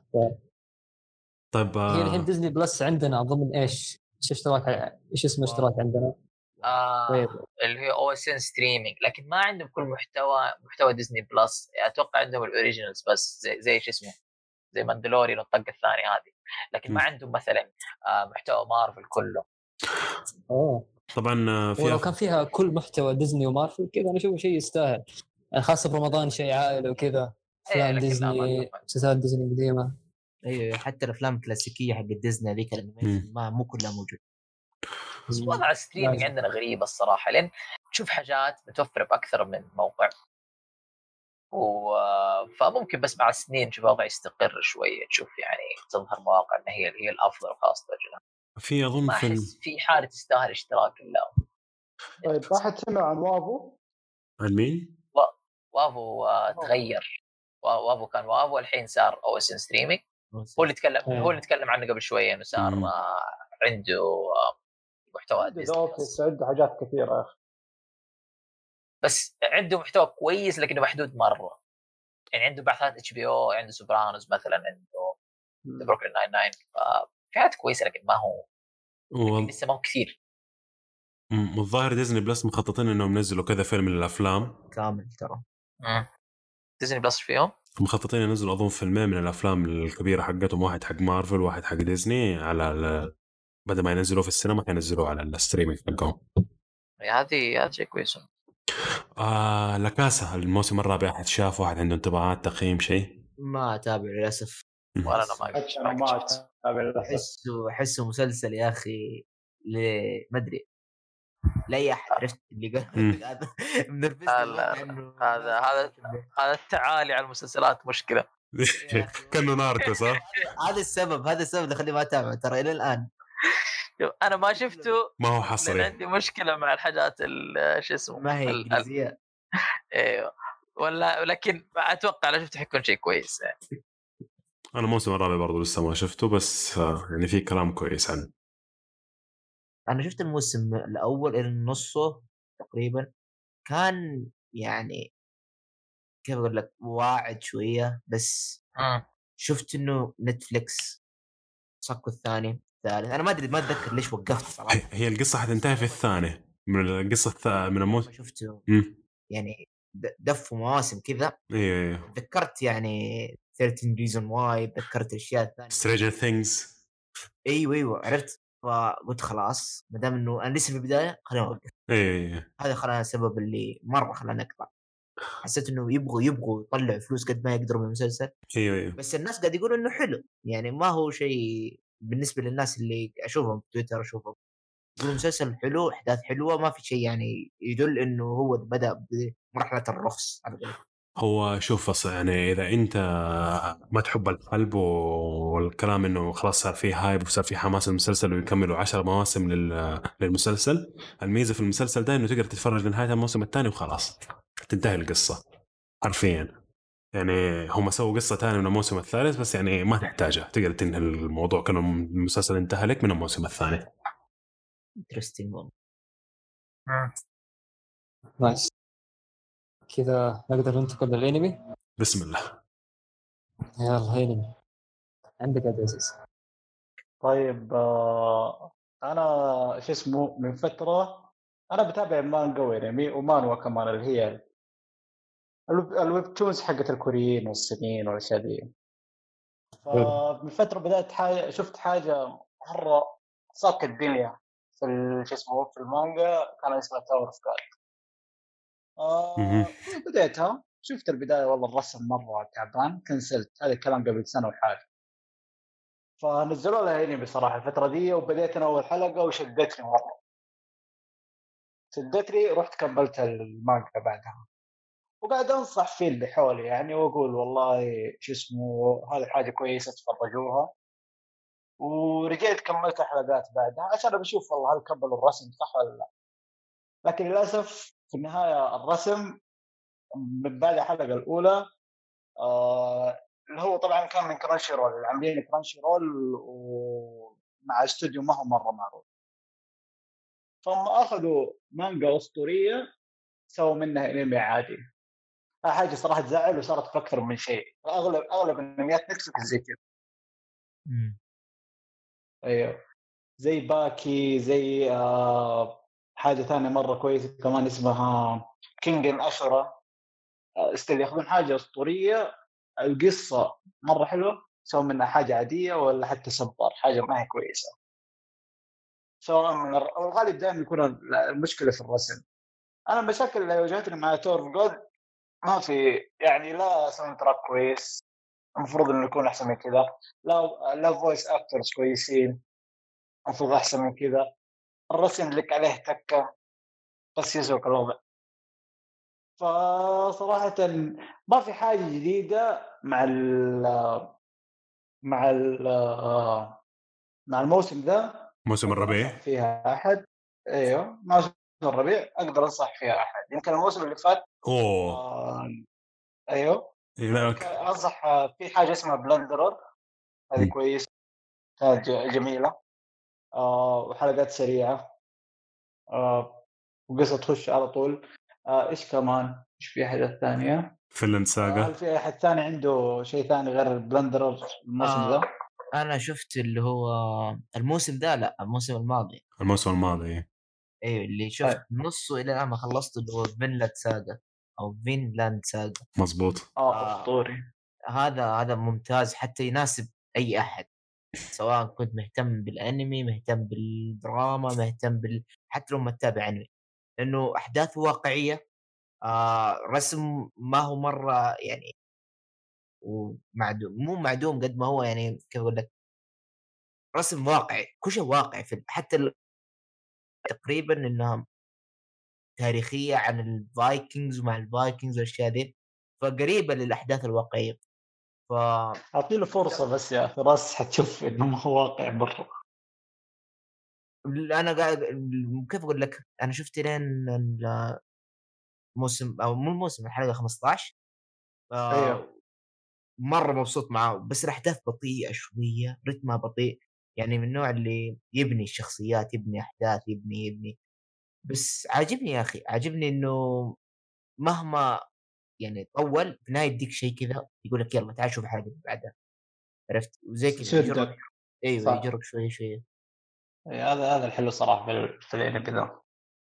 طيب هي الحين ديزني بلس عندنا ضمن ايش ايش اشتراك ايش اسمه اشتراك عندنا آه طيب. اللي هي او اس ان ستريمينج، لكن ما عندهم كل محتوى محتوى ديزني بلس. اتوقع عندهم الاوريجينالز بس زي زي ايش اسمه زي ماندلوريان الطقه الثانيه هذه، لكن ما عندهم مثلا آه محتوى مارفل كله. اوه طبعا في ولو كان فيها كل محتوى ديزني ومارفل كذا انا اشوف شيء يستاهل يعني، خاصه برمضان شيء عائلي وكذا افلام ديزني مسلسلات ديزني قديمه. ايوه حتى الافلام الكلاسيكيه حق ديزني هذيك الانيميشن ما مو كلها موجوده. بس وضع الستريمينج عندنا غريب الصراحه، لين تشوف حاجات متوفره باكثر من موقع و... فممكن بس مع السنين تشوف الوضع يستقر شويه، تشوف يعني تظهر مواقع ان هي هي الافضل خاصه جدا. في اظن ما في في حاله تستاهل اشتراك الا. طيب واحد سمع عن وافو؟ عن مين؟ و... وافو آه تغير. وافو كان وافو الحين صار او اس ان ستريمينج. هو اللي تكلم هو اللي تكلم عنه قبل شويه انه صار آه عنده آه محتوى ديزني اوفيس، عنده حاجات كثيره يا اخي، بس عنده محتوى كويس لكنه محدود مره. يعني عنده بعثات اتش بي او، عنده سوبرانوس مثلا، عنده بروكلين ناين ناين، في حاجات كويسه لكن ما هو و... لسه ما هو كثير. الظاهر ديزني بلس مخططين انهم ينزلوا كذا فيلم من الافلام كامل ترى. ديزني بلس فيهم مخططين ينزلوا اظن فيلمين من الافلام الكبيره حقتهم، واحد حق مارفل وواحد حق ديزني، على ال... بدل ما ينزلوه في السينما حينزلوه على الستريمينج حقهم. هذه هذه شيء كويس. آه لكاسة الموسم الرابع أحد شاف؟ واحد عنده انطباعات تقييم شيء؟ ما أتابع للأسف. ولا أنا ما أنا ما أتابع للأسف. أحسه أحسه مسلسل يا أخي ما أدري لا يا أحد عرفت اللي قال هذا منرفزني عنه. هذا هذا هذا التعالي على المسلسلات مشكلة. كأنه ناركو صح؟ هذا السبب هذا السبب اللي خليني ما أتابعه ترى إلى الآن. أنا ما شفته، ما هو حصري. عندي مشكلة مع الحاجات شو اسمه ما هي إنجليزية. ايوه ولا لكن اتوقع لو شفته حيكون شيء كويس يعني. انا الموسم الرابع برضو لسه ما شفته بس يعني في كلام كويس عنه. انا شفت الموسم الاول الى نصه تقريبا، كان يعني كيف اقول لك واعد شويه بس م. شفت انه نتفليكس صكوا الثاني الثالث انا ما ادري ما اتذكر ليش وقفت صراحه. هي القصه حتنتهي في الثاني من القصه الثانيه من الموسم شفته م. يعني دفوا مواسم كذا. ايوه تذكرت يعني ثيرتين reason why، تذكرت اشياء ثانيه Stranger Things. ايوه ايوه عرفت، فقلت خلاص ما دام انه انا لسه في البدايه خليني اوقف. ايوه هذا خلاني السبب اللي مره خلاني اقطع. حسيت انه يبغوا يبغوا يطلعوا فلوس قد ما يقدروا من المسلسل. ايوه ايوه بس الناس قاعد يقولوا انه حلو، يعني ما هو شيء بالنسبه للناس اللي اشوفهم في تويتر اشوفهم يقولوا مسلسل حلو احداث حلوه، ما في شيء يعني يدل انه هو بدا بمرحله الرخص. هو شوف يعني اذا انت ما تحب القلب والكلام انه خلاص صار فيه هايب وصار فيه حماس المسلسل ويكملوا عشر مواسم للمسلسل، الميزه في المسلسل ده انه تقدر تتفرج لنهايه الموسم الثاني وخلاص تنتهي القصة حرفيا. يعني هم سووا قصة تانية من الموسم الثالث بس يعني ما تحتاجها، تقدر تنهي الموضوع، كان المسلسل انتهى لك من الموسم الثاني. انترستينج والله. نايس. كذا نقدر ننتقل للانمي. بسم الله. يلا انمي عندك يا عزيز. طيب آه انا شو اسمه من فتره انا بتابع مانجا وانمي ومانوا كمان اللي هي الويب الويب تونز حقت الكوريين والصينيين والاشياء دي. فمن فتره بدات حاجه شفت حاجه مره صك الدنيا في ال- شو اسمه في المانجا كان اسمها تاور اوف جاد. آه بديتها شفت البدايه والله الرسم مره تعبان كنسلت. هذا الكلام قبل سنه وحاجه. فنزلوا لها انمي بصراحه الفتره دي وبديت انا اول حلقه وشدتني مره شدتني رحت كملت المانجا بعدها وقاعد انصح في اللي حولي يعني واقول والله شو اسمه هذه حاجه كويسه تفرجوها. ورجعت كملت حلقات بعدها عشان بشوف والله هل كملوا الرسم صح ولا لا. لكن للاسف في النهايه الرسم من بعد الحلقه الاولى آه اللي هو طبعا كان من كرانشي رول عاملين كرانشي رول ومع استوديو ما هو مره معروف. فهم اخذوا مانجا اسطوريه سووا منها انمي عادي. حاجه صراحه تزعل وصارت في اكثر من شيء. اغلب اغلب انميات نتفلكس زي كذا. ايوه زي باكي زي آه حاجه ثانيه مره كويسه كمان اسمها كينج الاشرة. استل ياخذون حاجه اسطوريه القصه مره حلوه سووا منها حاجه عاديه ولا حتى سبار حاجه ما هي كويسه. سواء من الغالب دائما يكون المشكله في الرسم. انا المشاكل اللي واجهتني مع تور جود ما في يعني لا ساوند تراك كويس المفروض انه يكون احسن من كذا. لا لا فويس اكترز كويسين المفروض احسن من كذا. الرسم لك عليه تكه بس يزوق الوضع. فصراحه ما في حاجه جديده مع ال مع ال مع الموسم ذا. موسم الربيع فيها احد. ايوه موسم الربيع اقدر انصح فيها احد. يمكن الموسم اللي فات اوه آه... ايوه لا انصح في حاجه اسمها بلندرر هذه كويس كانت جميله آه وحلقات سريعه آه وقصه تخش على طول. آه ايش كمان ايش في حاجات ثانيه فيلن ساغا. هل في احد ثاني عنده شيء ثاني غير البلندرر الموسم آه ذا؟ انا شفت اللي هو الموسم ذا لا الموسم الماضي. الموسم الماضي ايوه اللي شفت نصه الى الان ما خلصته اللي هو فينلاند ساغا او فينلاند ساغا. مزبوط. اه اسطوري. آه هذا هذا ممتاز حتى يناسب اي احد سواء كنت مهتم بالانمي مهتم بالدراما مهتم بال حتى لو ما تتابع انمي لانه احداث واقعيه. آه رسم ما هو مره يعني ومعدوم مو معدوم قد ما هو يعني كيف اقول لك رسم واقعي كل شيء واقعي في حتى ال... تقريبا انها تاريخيه عن الفايكنجز ومع الفايكنجز والاشياء دي فقريبه للاحداث الواقعيه. ف اعطي له فرصه بس يا اخي راس حتشوف انه ما هو واقع برا. انا قاعد كيف اقول لك انا شفت لين الموسم او مو الموسم الحلقه خمسة عشر. ايوه مره مبسوط معاه بس الاحداث بطيئه شويه رتمها بطيء يعني من النوع اللي يبني الشخصيات يبني احداث يبني يبني بس عاجبني يا اخي عاجبني انه مهما يعني طول في النهايه يديك شيء كذا يقول لك يلا تعال شوف حاجه بعدها عرفت وزي كذا يجرب. ايوه يجرب شويه شويه. هذا هذا الحلو صراحه في الانمي ذا.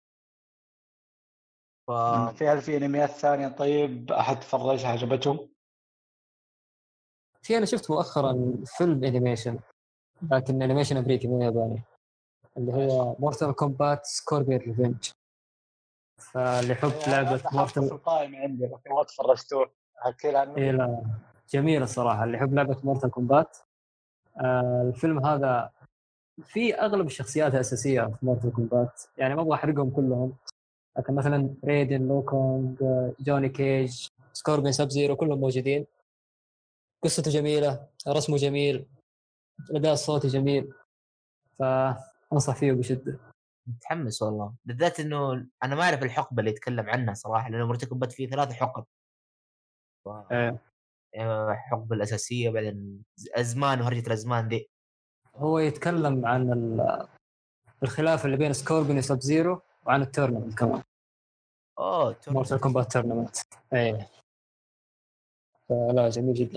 ف... في هل في انميات ثانيه طيب احد تفرجها عجبته؟ في انا شفت مؤخرا فيلم انيميشن لكن انيميشن امريكي مو ياباني اللي هو مورتال كومبات سكوربيون ريفنج. فاللي يحب لعبه مورتال في القائمه عندي لكن ما تفرجتوه احكي عنه. إيه لا جميل الصراحه اللي يحب لعبه مورتال كومبات. آه الفيلم هذا في اغلب الشخصيات الاساسيه في مورتال كومبات يعني ما ابغى احرقهم كلهم لكن مثلا ريدن لوكونج جوني كيج سكوربين ساب زيرو كلهم موجودين. قصته جميله رسمه جميل الاداء الصوتي جميل فانصح فيه بشده. متحمس والله، بالذات انه انا ما اعرف الحقبه اللي يتكلم عنها صراحه، لانه مرتكبت فيه ثلاث حقب. إيه. الحقبه الاساسيه، بعدين ازمان وهرجه الازمان دي. هو يتكلم عن ال- الخلاف اللي بين سكوربين وسب زيرو، وعن التورنمنت كمان، اوه مورتال كومبات تورنمنت. ايه فلا جميل جدا.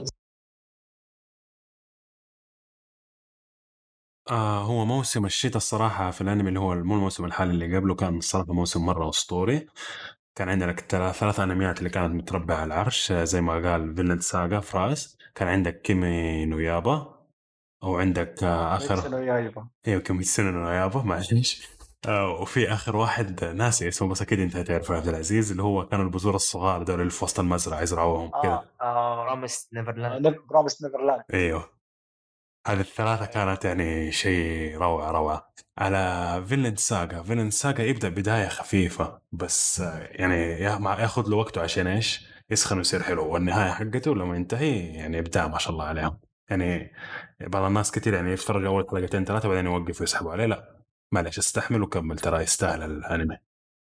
آه هو موسم الشتاء الصراحة في الأنمي اللي هو مو الموسم الحالي اللي قبله، كان الصراحة موسم مرة أسطوري. كان عندنا ثلاث ثلاث أنميات اللي كانت متربعة على العرش، آه، زي ما قال فينلاند ساغا فراس، كان عندك كيمي نو يابا، أو عندك آه آخر ايوه كيميتسو نو يابا معلش. آه وفي آخر واحد ناسي اسمه بس أكيد أنت هتعرفه عبد العزيز، اللي هو كانوا البذور الصغار دول اللي في وسط المزرعة يزرعوهم كذا. اه برامس نيفرلاند. بروميس نيفرلاند. ايوه هذه الثلاثة كانت يعني شيء روعة روعة. على فينلاند ساغا، فينلاند ساغا يبدأ بداية خفيفة بس آه، يعني يا- مع- ياخذ له وقته عشان ايش يسخن ويصير حلو، والنهاية حقته لما ينتهي يعني إبداع ما شاء الله عليهم. يعني بعض الناس كتير يعني يتفرج أول حلقتين ثلاثة بعدين يوقف ويسحبوا عليه، لا معلش استحمل وكمل، ترى يستاهل الأنمي.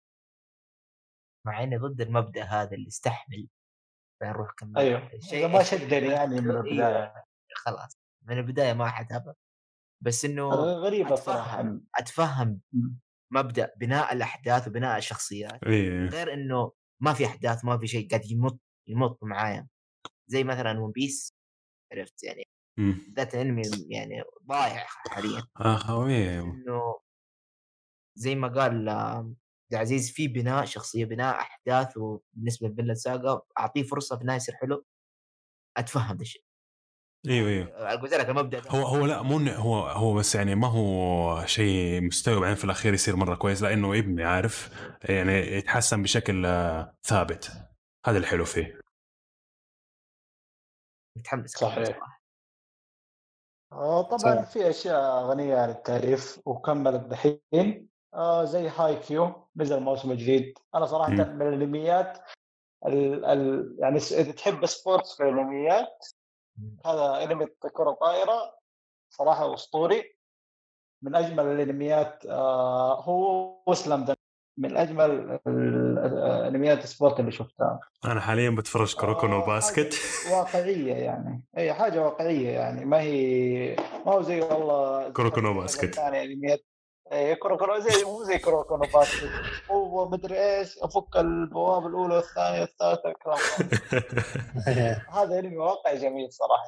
مع اني ضد المبدا هذا اللي استحمل فنروح كمل. ايوه اذا ما شدني يعني من البدايه. إيه خلاص من البدايه ما حد هبه، بس انه غريبه أتفهم صراحه. اتفهم مبدا بناء الاحداث وبناء الشخصيات، إيه غير انه ما في احداث ما في شيء قاعد يمط يمط معايا، زي مثلا ون بيس. عرفت يعني أمم. ذات انمي يعني ضايع حاليا. آه خوي. انه زي ما قال آه، عبد العزيز، في بناء شخصيه بناء احداث، وبالنسبه لفيلا ساغا اعطيه فرصه في النهايه يصير حلو. اتفهم ذا الشيء. ايوه ايوه قلت لك المبدا ده هو هو لا مو إنه- هو هو بس يعني ما هو شيء مستوي بعدين في الاخير يصير مره كويس، لانه ابني عارف يعني يتحسن بشكل آه، ثابت. هذا الحلو فيه. متحمس صحيح. صراحه. آه طبعا في اشياء غنيه عن التعريف وكملت دحين، آه زي هاي كيو نزل موسم جديد. انا صراحه مم. من الانميات ال ال يعني س- اذا تحب سبورتس في الانميات، هذا انمي كره طائره صراحه اسطوري، من اجمل الانميات. آه هو وسلام دنك من اجمل ال- الانميات السبورت اللي شفتها. انا حاليا بتفرج كوروكونو آه باسكت. حاجة واقعيه يعني، اي حاجه واقعيه يعني، ما هي ما هو زي والله كوروكونو باسكت. ثانيه انميات. اي كوروكونو زي مو زي كوروكونو باسكت، هو مدري ايش افك البوابه الاولى والثانيه والثالثه كلام فاضي. هذا انمي واقعي جميل صراحه.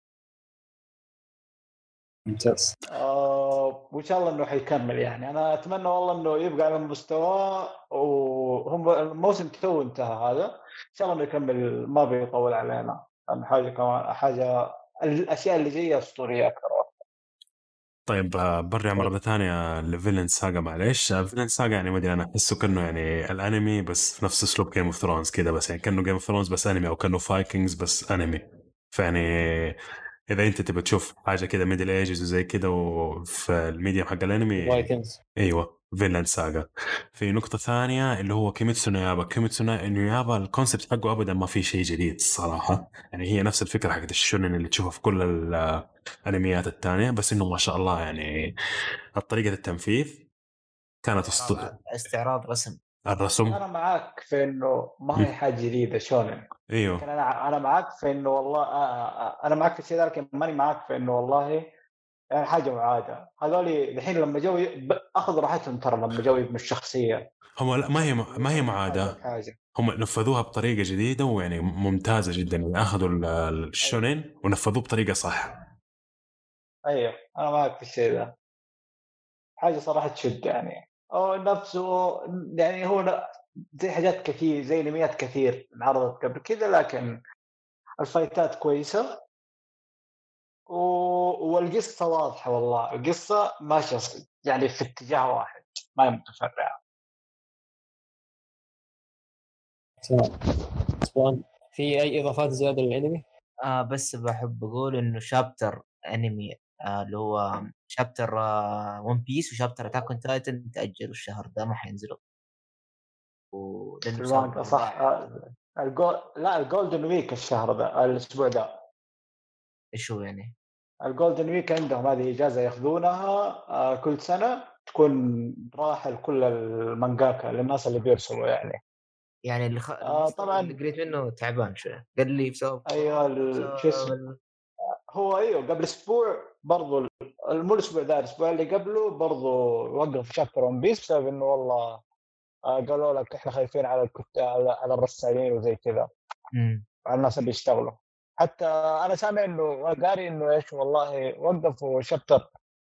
ممتاز. آه وان شاء الله انه حيكمل يعني. انا اتمنى والله انه يبقى على مستواه، وهم الموسم تو انتهى هذا، ان شاء الله انه يكمل ما بيطول علينا، لأن حاجه كمان حاجه الاشياء اللي جايه اسطوريه اكثر. طيب آه، برجع مرة ثانية لفيلن ساغا معليش. آه، فيلن ساغا يعني ما ادري انا احسه كانه يعني الانمي بس في نفس اسلوب جيم اوف ثرونز كده، بس يعني كانه جيم اوف ثرونز بس انمي، او كانه فايكنجز بس انمي. فيعني اذا انت تبي تشوف حاجة كده ميدل ايجز وزي كده وفي الميديم حق الانمي، فايكنجز. ايوه فينلاند ساغا. في نقطة ثانية اللي هو كيميتسو نو يابا. كيميتسو نو يابا الكونسبت حقه ابدا ما في شيء جديد الصراحة، يعني هي نفس الفكرة حقت الشونن اللي تشوفها في كل الانميات الثانية، بس انه ما شاء الله يعني طريقة التنفيذ كانت أسطورية. استعراض رسم. الرسم انا معاك في انه ما هي حاجه جديده شونن، لكن ايوه انا انا معاك في انه والله آه، آه، انا معاك في الشيء ده، لكن ماني معاك في انه والله يعني حاجه معاده. هذول الحين لما جو ي- ب- اخذوا راحتهم ترى لما جو يبنوا الشخصيه. هم لا ما هي ما هي معادة، حاجه هم نفذوها بطريقة جديدة ويعني ممتازة جدا، يعني اخذوا ال- الشونين ونفذوه بطريقة صح. ايوه انا معك في الشيء ده، حاجه صراحه تشد يعني. او نفسه يعني هو ن- زي حاجات كثير، زي انميات كثير انعرضت قبل كذا، لكن الفايتات كويسه و... والقصه واضحه. والله القصه ماشيه يعني في اتجاه واحد، ما هي متفرعه. تمام. طبعا في اي اضافات زياده للانمي؟ آه بس بحب اقول انه شابتر انمي آه اللي هو شابتر آه ون بيس وشابتر اتاك اون تايتن تاجلوا الشهر ده، ما حينزلوا. ولانه المانجا بسبب صح. آه، الجول لا الجولدن ويك الشهر ده الاسبوع ده. ايش هو يعني؟ الجولدن ويك عندهم هذه اجازه ياخذونها آه، كل سنه، تكون راحل كل المانجاكا للناس اللي بيرسموا يعني. يعني اللي, خ... آه طبعا اللي قريت منه تعبان شويه، قال لي بسبب ايوه ال... شو اسمه بسبب... هو ايوه قبل اسبوع برضو، مو الاسبوع ده، الاسبوع اللي قبله برضو وقف شابتر ون بيس بسبب انه والله آه قالوا لك احنا خايفين على الكت... على, على الرسالين وزي كذا، على الناس اللي بيشتغلوا. حتى انا سامع انه قاري انه ايش والله وقفوا شابتر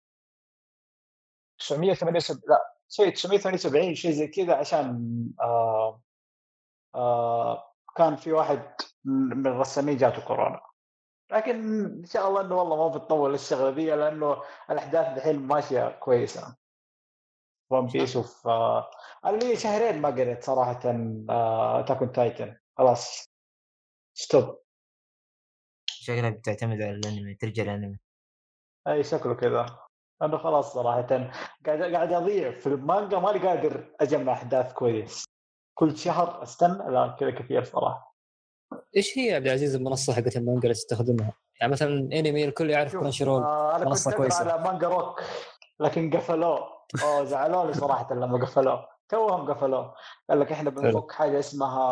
تسعمية وثمانية وسبعين، لا شيء تسعمية وثمانية وسبعين شيء زي كذا، عشان آه آه كان في واحد من الرسامين جاته كورونا. لكن ان شاء الله انه والله ما بتطول الشغله دي، لانه الاحداث الحين ماشيه كويسه. ون بيس وف آه اللي شهرين ما قريت صراحه اتاك تايتن، خلاص ستوب. شكلك بتعتمد على الانمي، ترجع الانمي. اي شكله كذا، انا خلاص صراحه قاعد قاعد اضيع في المانجا، ماني قادر اجمع احداث كويس، كل شهر استنى. لا كذا كثير صراحه. ايش هي يا عبد العزيز المنصه حقت المانجا اللي تستخدمها؟ يعني مثلا انمي الكل يعرف كرانشي رول، آه انا منصه كنت كويسه. على مانجا روك لكن قفلوه، اه زعلوني صراحه لما قفلوه، توهم قفلوه. قال لك احنا بنفك حاجه اسمها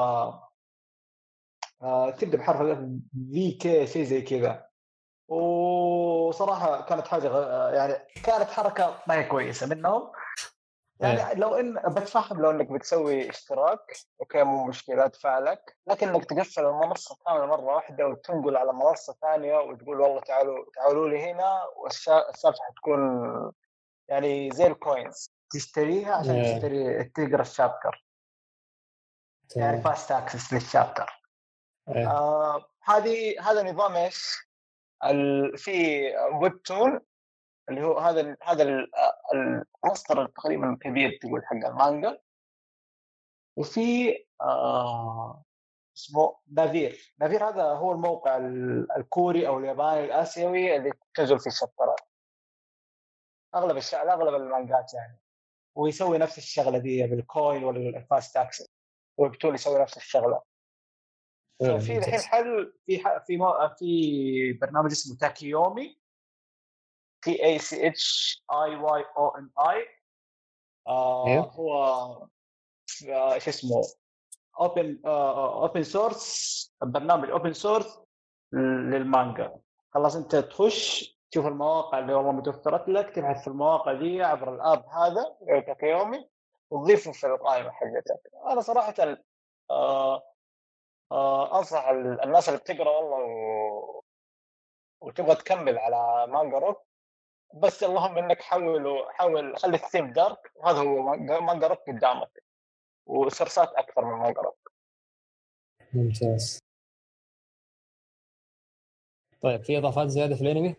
آه تبدا بحرف في كي شيء زي كذا، وصراحه كانت حاجه يعني كانت حركه ما هي كويسه منهم يعني. إيه. لو ان بتفهم لو انك بتسوي اشتراك اوكي مو مشكله ادفع لك، لكن انك تقفل المنصه كامله مره واحده وتنقل على منصه ثانيه وتقول والله تعالوا تعالوا لي هنا، والسالفه حتكون يعني زي الكوينز تشتريها عشان إيه. تشتري تقرا الشابتر يعني فاست اكسس للشابتر. إيه. آه هذه هذا نظام ايش في ويب تون اللي هو هذا هذا المصدر تقريبا كبير تقول حق المانجا. وفي آه اسمه نافير. نافير هذا هو الموقع الكوري او الياباني الاسيوي اللي تنزل فيه الشابترات اغلب الشغل اغلب المانجات يعني، ويسوي نفس الشغله دي بالكوين والفاست اكسس، وبتول يسوي نفس الشغله. ففي الحين حل في في في برنامج اسمه تاكيومي، تي اي سي اتش اي واي او ان اي، هو ايش اسمه اوبن اوبن سورس، برنامج اوبن سورس للمانجا. خلاص انت تخش تشوف المواقع اللي والله متوفرت لك، تبحث في المواقع دي عبر الاب هذا تاكيومي وتضيفه في القائمه حقتك. انا صراحه آه آه انصح الناس اللي بتقرا والله و... وتبغى تكمل على مانجا روك، بس اللهم انك حاول حاول خلي الثيم دارك، وهذا هو مانجا روك قدامك، وسرسات اكثر من مانجا روك. ممتاز. طيب في اضافات زياده في الانمي؟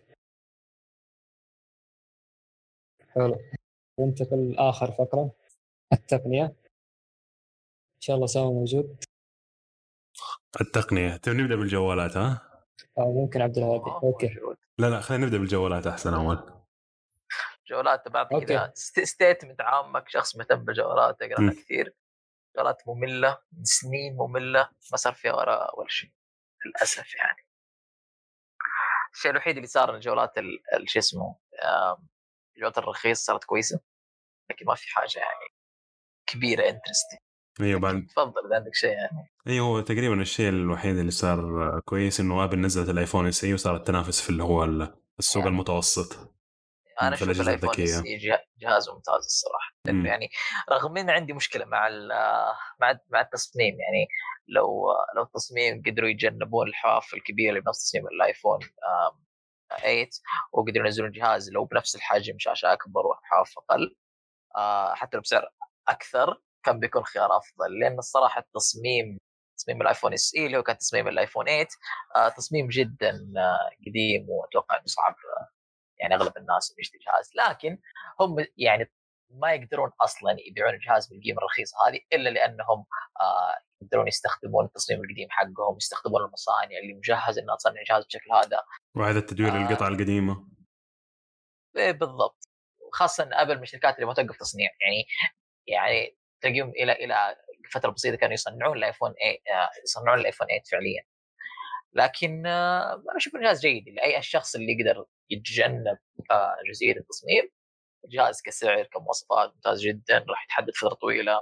حلو. ننتقل لاخر فقره، التقنيه. ان شاء الله سامي موجود. التقنيه تبي نبدا بالجوالات ها؟ او ممكن عبد الهادي. اوكي لا لا خلينا نبدا بالجوالات احسن. اول جوالات بعطيك كذا ستيتمنت عامك، شخص مهتم بالجوالات يقرا كثير. جوالات ممله من سنين، ممله ما صار فيها وراء ولا شيء للاسف يعني. الشيء الوحيد اللي صار الجوالات شو اسمه الجوالات الرخيص صارت كويسه، لكن ما في حاجه يعني كبيره انترستي. ايوه بعد تفضل اذا عندك شيء يعني. ايوه هو تقريبا الشيء الوحيد اللي صار كويس انه ابل نزلت الايفون اس اي وصارت تنافس في اللي هو السوق يعني المتوسط. انا اشوف الايفون اس اي جهاز ممتاز الصراحه، لانه يعني رغم ان عندي مشكله مع مع مع التصميم يعني. لو لو التصميم قدروا يتجنبون الحواف الكبيره اللي بنفس تصميم الايفون ثمانية وقدروا ينزلون جهاز لو بنفس الحجم شاشه اكبر وحواف اقل حتى لو بسعر اكثر كان بيكون خيار افضل. لان الصراحه التصميم تصميم الايفون اس اي اللي هو كان تصميم الايفون ثمانية تصميم جدا قديم، واتوقع انه صعب يعني اغلب الناس يشتري جهاز، لكن هم يعني ما يقدرون اصلا يبيعون الجهاز بالقيمه الرخيصه هذه الا لانهم آه يقدرون يستخدمون التصميم القديم حقهم، يستخدمون المصانع اللي مجهزه انها تصنع جهاز بالشكل هذا، وهذا التدوير آه القطع القديمه. بالضبط. خاصه ابل من الشركات اللي ما توقف تصنيع يعني. يعني تلاقيهم الى الى فتره بسيطه كانوا يصنعون الايفون ثمانية آه يصنعون الايفون ثمانية فعليا. لكن آه انا اشوف انه جهاز جيد لاي الشخص اللي يقدر يتجنب آه جزئيه التصميم. الجهاز كسعر كمواصفات ممتاز جدا، راح يتحدث فترة طويلة،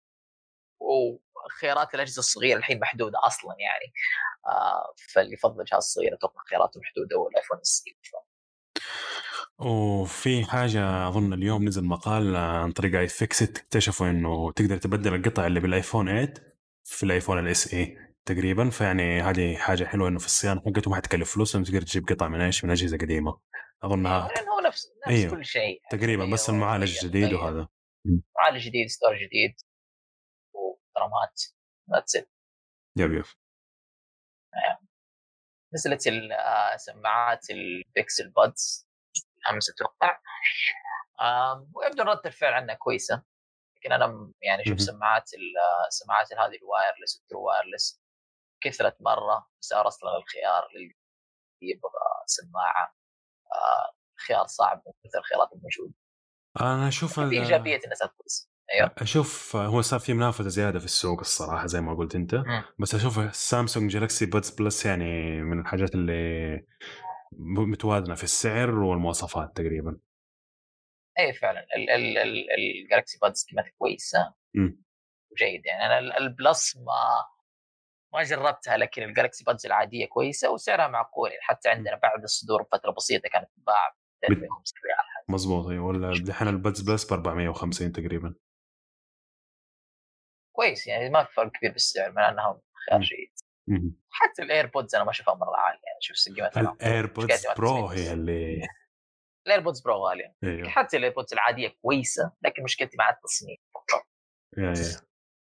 وخيارات الأجهزة الصغيرة الحين محدودة أصلا يعني. آه فاللي يفضل جهاز صغير أتوقع خياراته محدودة والآيفون اس إي. وفي حاجة أظن اليوم نزل مقال عن طريق اي فيكست، اكتشفوا إنه تقدر تبدل القطع اللي بالآيفون ثمانية في الآيفون الاس اي تقريبا. فيعني هذه حاجة حلوة إنه في الصيانة حقته ما حتكلف فلوس، إنه تقدر تجيب قطع من إيش من أجهزة قديمة أظنها. يعني هو نفس نفس أيوه. كل شيء تقريبا بس المعالج جديد وهذا معالج جديد ستور جديد ورامات نتسل. يب يب. نزلت السماعات البيكسل بادز أمس أتوقع، ويبدو رد الفعل عنها كويسة، لكن أنا يعني شوف سماعات السماعات هذه الوايرلس الترو وايرلس كثرت مرة، صار أصلا الخيار اللي يبغى سماعة خيار صعب من مثل الخيارات الموجودة. أنا أشوف في إيجابية الناس كويس. أيوه. أشوف هو صار في منافسة زيادة في السوق الصراحة زي ما قلت أنت. م. بس أشوف سامسونج جالاكسي بادز بلس يعني من الحاجات اللي متوازنة في السعر والمواصفات تقريبا. أي فعلا الجالاكسي بادز قيمتها كويسة وجيد يعني. أنا البلس ما ما جربتها، لكن الجالاكسي بادز العادية كويسة وسعرها معقول، حتى عندنا بعد الصدور فترة بسيطة كانت تباع ثلاثمية وخمسين ريال. مظبوط. ولا دحين البادز بلس ب أربعمية وخمسين تقريبا. كويس يعني ما في فرق كبير بالسعر، من أنهم خيار جيد. حتى الايربودز انا ما اشوفها مره عاليه يعني، شوف قيمتها. الايربودز برو هي اللي الايربودز برو غاليه. أيوه. حتى الايربودز العاديه كويسه، لكن مشكلتي مع التصميم فقط. يا يا